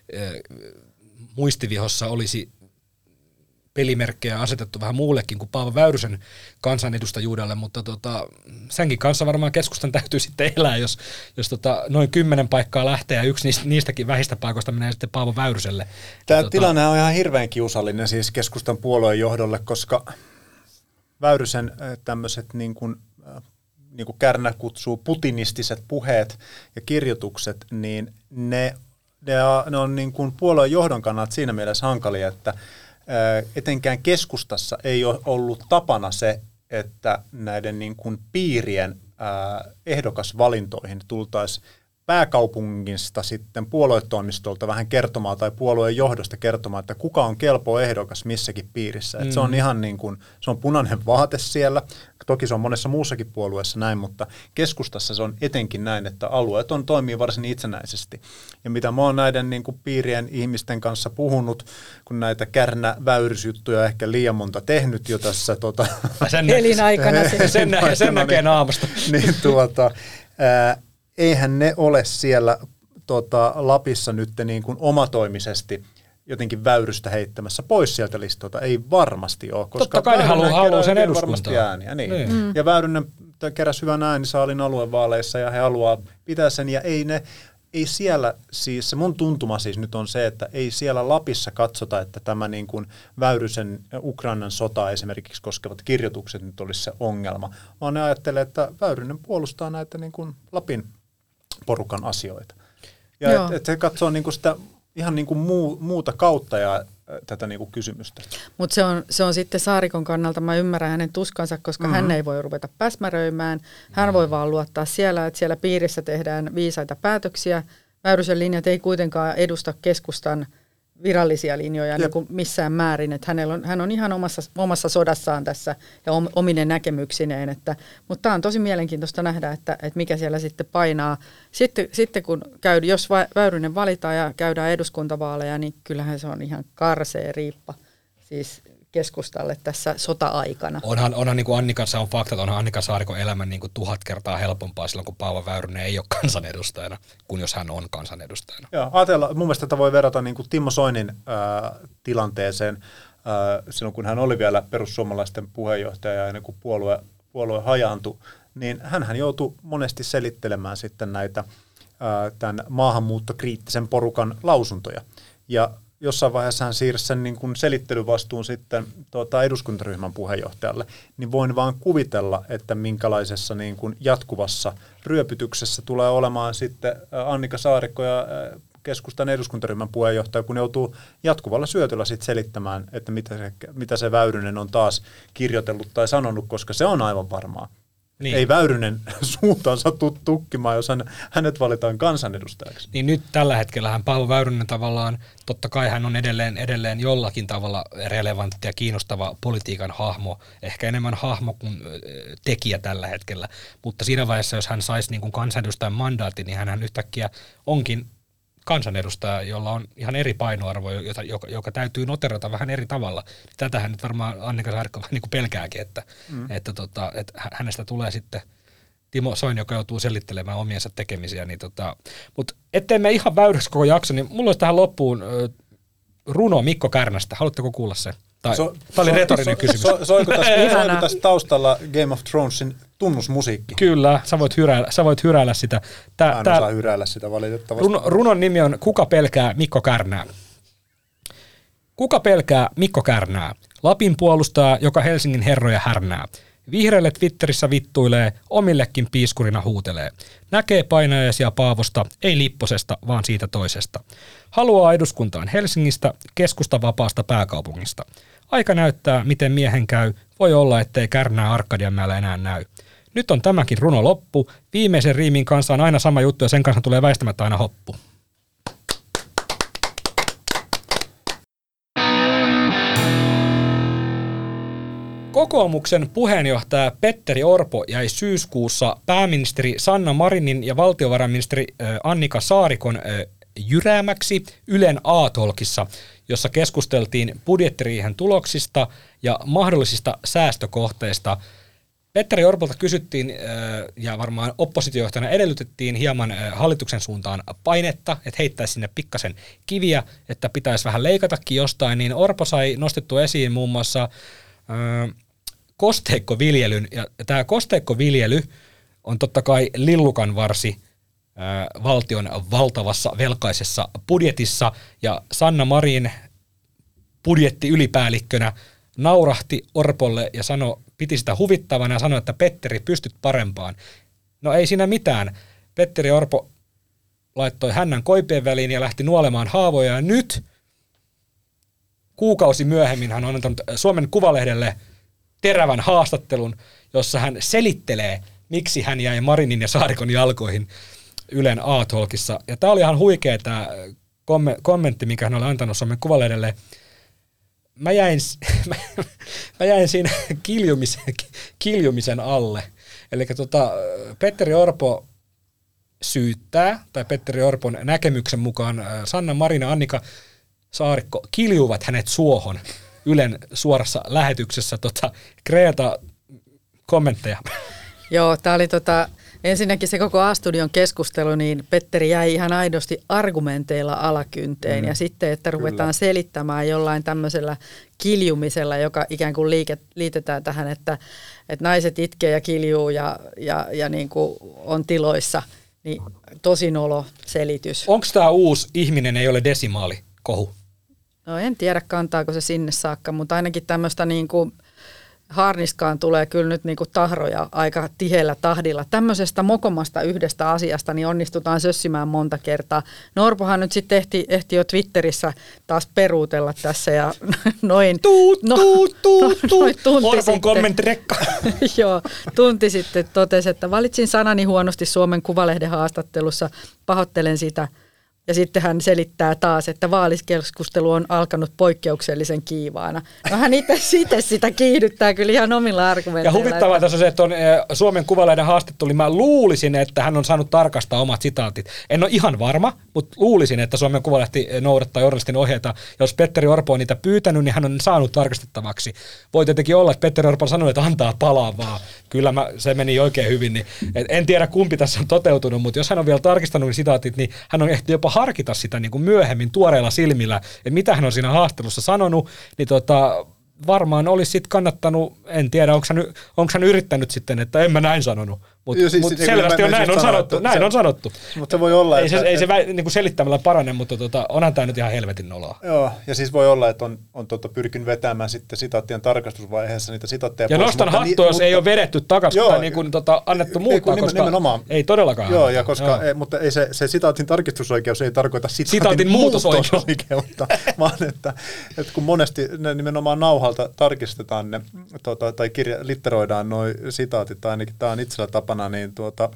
muistivihossa olisi pelimerkkejä asetettu vähän muullekin kuin Paavo Väyrysen kansanedustajuudelle, mutta senkin kanssa varmaan keskustan täytyy sitten elää, jos noin 10 paikkaa lähtee ja yksi niistäkin vähistä paikoista menee sitten Paavo Väyryselle. Tämä tilanne on ihan hirveän kiusallinen siis keskustan puolueen johdolle, koska Väyrysen tämmöiset niin kuin Kärnä kutsuu putinistiset puheet ja kirjoitukset, niin ne on niin kuin puolueen johdon kannalta siinä mielessä hankalia, että etenkään keskustassa ei ole ollut tapana se, että näiden niin kuin piirien ehdokasvalintoihin tultaisiin pääkaupungista sitten puoluetoimistolta vähän kertomaan tai puolueen johdosta kertomaan, että kuka on kelpo ehdokas missäkin piirissä. Se on ihan niin kuin, se on punainen vaate siellä. Toki se on monessa muussakin puolueessa näin, mutta keskustassa se on etenkin näin, että alueet toimii varsin itsenäisesti. Ja mitä mä oon näiden niin kuin piirien ihmisten kanssa puhunut, kun näitä Kärnä-Väyrysjuttuja ehkä liian monta tehnyt jo tässä elinaikana. Sen näkee naamasta. Niin eihän ne ole siellä Lapissa nyt niin kuin omatoimisesti jotenkin Väyrystä heittämässä pois sieltä listoilta. Ei varmasti ole, koska totta kai ne haluaa sen eduskuntaan. Ääniä, niin. Ja Väyrynen keräsi hyvän äänisaalin aluevaaleissa ja he haluaa pitää sen ja ei siellä siis, se mun tuntuma siis nyt on se, että ei siellä Lapissa katsota, että tämä niin kuin Väyrysen Ukrainan sota esimerkiksi koskevat kirjoitukset nyt olisi se ongelma, vaan ne ajattelee, että Väyrynen puolustaa näitä niin kuin Lapin porukan asioita. Ja että he katsoo niin kuin sitä ihan niin kuin muuta kautta ja tätä niin kuin kysymystä. Mutta se on sitten Saarikon kannalta, mä ymmärrän hänen tuskansa, koska hän ei voi ruveta päsmäröimään. Hän voi vaan luottaa siellä, että siellä piirissä tehdään viisaita päätöksiä. Väyrysen linjat ei kuitenkaan edusta keskustan virallisia linjoja niin kuin missään määrin. Että hän on ihan omassa sodassaan tässä ja omine näkemyksineen. Mutta tämä on tosi mielenkiintoista nähdä, että mikä siellä sitten painaa. Sitten kun jos Väyrynen valitaan ja käydään eduskuntavaaleja, niin kyllähän se on ihan karsea riippa siis keskustalle tässä sota-aikana. Onhan niin kuin Annikassa on fakta, että onhan Annika Saarikon elämän niin kuin 1000 kertaa helpompaa silloin, kun Paavo Väyrynen ei ole kansanedustajana, kuin jos hän on kansanedustajana. Joo, ajatella, mun mielestä tätä voi verrata niin kuin Timo Soinin tilanteeseen. silloin kun hän oli vielä perussuomalaisten puheenjohtaja ennen kuin puolue hajaantui, niin hän joutui monesti selittelemään sitten näitä tämän maahanmuuttokriittisen porukan lausuntoja. Ja jossain vaiheessa hän siirsi sen niin kuin selittelyvastuun sitten eduskuntaryhmän puheenjohtajalle, niin voin vaan kuvitella, että minkälaisessa niin kuin jatkuvassa ryöpytyksessä tulee olemaan sitten Annika Saarikko ja keskustan eduskuntaryhmän puheenjohtaja, kun joutuu jatkuvalla syötöllä sitten selittämään, että mitä se Väyrynen on taas kirjoitellut tai sanonut, koska se on aivan varmaa. Niin. Ei Väyrynen suuntaansa tukkimaan, jos hänet valitaan kansanedustajaksi. Niin nyt tällä hetkellähän Paavo Väyrynen tavallaan, totta kai hän on edelleen jollakin tavalla relevantti ja kiinnostava politiikan hahmo, ehkä enemmän hahmo kuin tekijä tällä hetkellä, mutta siinä vaiheessa, jos hän saisi niin kuin kansanedustajan mandaatin, niin hän yhtäkkiä onkin kansanedustaja, jolla on ihan eri painoarvo, joka täytyy noterata vähän eri tavalla. Tätähän nyt varmaan Annika Saarikko vähän niin kuin pelkääkin, että hänestä tulee sitten Timo Soini, joka joutuu selittelemään omiensa tekemisiä. Niin mutta ettei me ihan väyryksi koko jakso, niin mulla olisi tähän loppuun runo Mikko Kärnästä. Haluatteko kuulla se? Tämä oli retorinen kysymys. Soiko tässä taustalla Game of Thronesin tunnusmusiikki? Kyllä, sä voit hyräillä sitä. Mä en osaa hyräillä sitä valitettavasti. Runon nimi on Kuka pelkää Mikko Kärnää? Kuka pelkää Mikko Kärnää? Lapin puolustaa, joka Helsingin herroja härnää. Vihreille Twitterissä vittuilee, omillekin piiskurina huutelee. Näkee painajaisia Paavosta, ei Lipposesta, vaan siitä toisesta. Haluaa eduskuntaan Helsingistä, keskusta vapaasta pääkaupungista. Aika näyttää, miten miehen käy. Voi olla, ettei Kärnää Arkadianmäellä enää näy. Nyt on tämäkin runo loppu. Viimeisen riimin kanssa on aina sama juttu ja sen kanssa tulee väistämättä aina hoppu. Kokoomuksen puheenjohtaja Petteri Orpo jäi syyskuussa pääministeri Sanna Marinin ja valtiovarainministeri Annika Saarikon jyräämäksi Ylen A-talkissa, jossa keskusteltiin budjettiriihen tuloksista ja mahdollisista säästökohteista. Petteri Orpolta kysyttiin ja varmaan oppositiojohtajana edellytettiin hieman hallituksen suuntaan painetta, että heittäisi sinne pikkasen kiviä, että pitäisi vähän leikatakin jostain, niin Orpo sai nostettua esiin muun muassa kosteikkoviljelyn, ja tämä kosteikkoviljely on totta kai lillukanvarsi valtion valtavassa velkaisessa budjetissa, ja Sanna Marin budjettiylipäällikkönä naurahti Orpolle ja piti sitä huvittavana ja sanoi, että Petteri, pystyt parempaan. No ei siinä mitään. Petteri Orpo laittoi hännän koipien väliin ja lähti nuolemaan haavoja, ja nyt kuukausi myöhemmin hän on antanut Suomen Kuvalehdelle terävän haastattelun, jossa hän selittelee, miksi hän jäi Marinin ja Saarikon jalkoihin Ylen A-talkissa. Ja tämä oli ihan huikea tämä kommentti, minkä hän oli antanut Suomen Kuvalehdelle. Mä jäin siinä kiljumisen alle. Eli Petteri Orpo syyttää, tai Petteri Orpon näkemyksen mukaan Sanna Marin ja Annika Saarikko kiljuvat hänet suohon Ylen suorassa lähetyksessä. Greta, kommentteja. Joo, tämä oli ensinnäkin se koko A-studion keskustelu, niin Petteri jäi ihan aidosti argumenteilla alakynteen. Ja sitten, että ruvetaan selittämään jollain tämmöisellä kiljumisella, joka ikään kuin liitetään tähän, että naiset itkee ja kiljuu ja niin kuin on tiloissa, niin tosi nolo selitys. Onko tämä uusi ihminen ei ole desimaali kohu? No en tiedä, kantaako se sinne saakka, mutta ainakin tämmöistä niin kuin Haarniskaan tulee kyllä nyt niin kuin tahroja aika tiheällä tahdilla. Tämmöisestä mokomasta yhdestä asiasta niin onnistutaan sössimään monta kertaa. No Orpohan nyt sitten ehti jo Twitterissä taas peruutella tässä ja noin Orpon kommenttirekka. Joo, tunti sitten totesi, että valitsin sanani huonosti Suomen Kuvalehden haastattelussa, pahoittelen sitä. Ja sitten hän selittää taas, että vaaliskeskustelu on alkanut poikkeuksellisen kiivaana. No hän itse sitä kiihdyttää kyllä ihan omilla argumenteilla. Ja huvittavaa tässä on se, että on Suomen Kuvalehden haastattelu. Mä luulisin, että hän on saanut tarkastaa omat sitaatit. En ole ihan varma, mutta luulisin, että Suomen Kuvalehti noudattaa journalistin ohjeita. Jos Petteri Orpo on niitä pyytänyt, niin hän on saanut tarkastettavaksi. Voi tietenkin olla, että Petteri Orpo sanoi, että antaa palaa vaan. Kyllä se meni oikein hyvin. Niin en tiedä, kumpi tässä on toteutunut, mutta jos hän on vielä tarkistanut ne sitaatit, niin hän on ehtinyt jopa harkita sitä niin kuin myöhemmin tuoreilla silmillä, että mitä hän on siinä haastattelussa sanonut, niin varmaan olisi sitten kannattanut, en tiedä, onko hän yrittänyt sitten, että en mä näin sanonut, mutta selvästi näin on sanottu. Mutta voi olla, ei se niin kuin selittämällä parane, mutta onhan tämä nyt ihan helvetin noloa. Joo, ja siis voi olla, että on pyrkinyt vetämään sitten sitaattien tarkastusvaiheessa niitä sitaatteja ja pois. nostan hattua, jos ei ole vedetty takaisin tai niin kuin, annettu muuttaa, koska nimenomaan. Ei todellakaan. Joo, ja koska, mutta ei se sitaatin tarkistusoikeus ei tarkoita sitaatin muutosoikeutta, vaan että kun monesti ne nimenomaan nauhalta tarkistetaan ne, tai litteroidaan nuo sitaatit, tai ainakin tämä on itsellä tapana, niin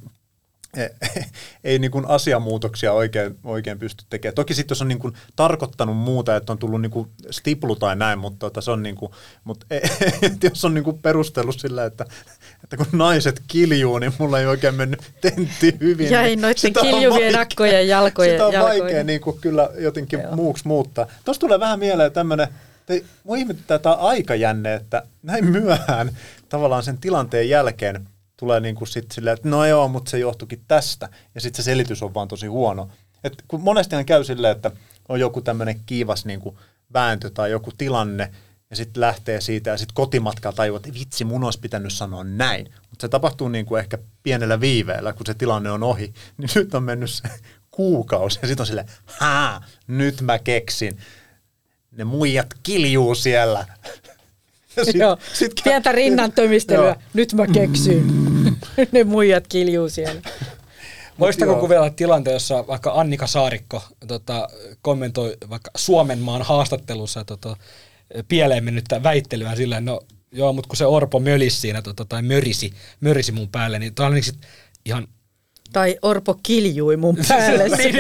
ei niin kuin asiamuutoksia oikein pysty tekemään. Toki sitten jos on niin kuin tarkoittanut muuta, että on tullut niin kuin stiplu tai näin, mutta se on niin kuin, jos on niin kuin perustellut sillä, että kun naiset kiljuu, niin mulla ei oikein mennyt tentti hyvin. Jäi noiden kiljuvien akkojen jalkojen. Sitä on vaikea niin kuin kyllä jotenkin muuksi muuttaa. Tuossa tulee vähän mieleen tämmöinen, mua ihmetyttää tämä aikajänne, että näin myöhään tavallaan sen tilanteen jälkeen tulee niin kuin sit silleen, että no joo, mutta se johtuikin tästä. Ja sitten se selitys on vaan tosi huono. Et kun monestihan käy silleen, että on joku tämmöinen kiivas niin kuin vääntö tai joku tilanne, ja sitten lähtee siitä, ja sitten kotimatkalla tajuaa, että vitsi, mun olisi pitänyt sanoa näin. Mutta se tapahtuu niin kuin ehkä pienellä viiveellä, kun se tilanne on ohi. Niin nyt on mennyt se kuukausi, ja sitten on silleen, nyt mä keksin. Ne muijat kiljuu siellä. Pientä rinnan tömistelyä. Nyt mä keksin. Ne muijat kiljuu siellä. Muistatko kuvella tilanteen, jossa vaikka Annika Saarikko kommentoi vaikka Suomenmaan haastattelussa pieleen mennyttä väittelyä sillä, no joo, mutta kun se Orpo mölisi siinä tai mörisi mun päälle, niin tämä oli ihan... Tai Orpo kiljui mun päälle.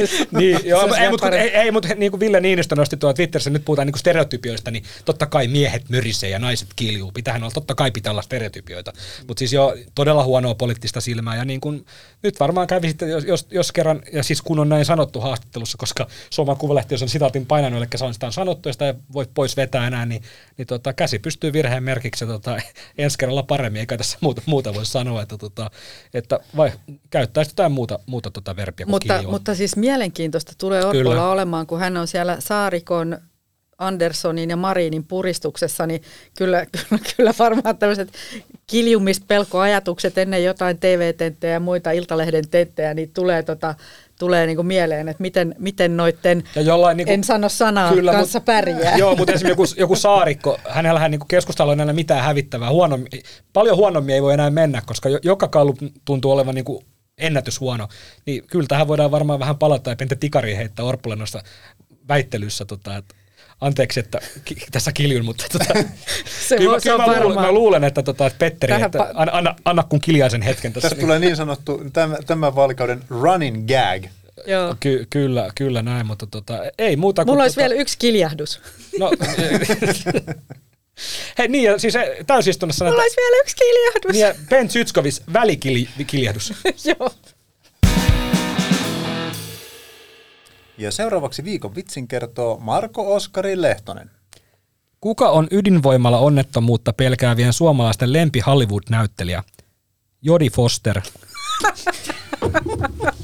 Mutta niin kuin Ville Niinistö nosti tuolla Twitterissä, nyt puhutaan niin kuin stereotypioista, niin totta kai miehet mörisee ja naiset kiljuu. Totta kai pitää olla stereotypioita. Mutta siis jo todella huonoa poliittista silmää. Ja niin kuin, nyt varmaan kävi sitten, jos kerran, ja siis kun on näin sanottu haastattelussa, koska Suomen Kuvalehti, jos on sitaatin painanut, eli sitä on sanottu, ja sitä ei voi pois vetää enää, niin käsi pystyy virheen merkiksi, ensi kerralla paremmin, eikä tässä muuta voi sanoa, että vai käyttäisi jotain muuta verbiä kuin kiljuu. Mutta siis mielenkiintoista tulee Orpolla olemaan, kun hän on siellä Saarikon, Anderssonin ja Marinin puristuksessa, niin kyllä varmaan tämmöiset kiljumispelkoajatukset ennen jotain TV-tenttejä ja muita Iltalehden tenttejä, niin tulee niin kuin mieleen, että miten noitten, niin kuin, en sano sanaa, kyllä, kanssa pärjää. Joo, mutta esimerkiksi joku Saarikko, hänellähän niin keskustalla ei enää mitään hävittävää. Paljon huonommin ei voi enää mennä, koska joka kallu tuntuu olevan niin kuin ennätyshuono. Niin kyllä tähän voidaan varmaan vähän palata ja pientä tikariin heittää Orpolle noista väittelyssä, että anteeksi, että tässä kiljun, mutta mä luulen, että Petteri, että anna kun kiljaisen hetken tässä. Tästä tulee niin sanottu tämän vaalikauden running gag. Joo. Kyllä näin, mutta ei muuta kuin... Mulla olisi vielä yksi kiljahdus. No, hei, niin ja siis täysistunnossa... Mulla olisi vielä yksi kiljahdus. Niin ja Ben Zytskovis välikiljahdus. Joo. Ja seuraavaksi viikon vitsin kertoo Marko Oskari Lehtonen. Kuka on ydinvoimalla onnettomuutta pelkäävien suomalaisten lempi Hollywood-näyttelijä? Jodie Foster.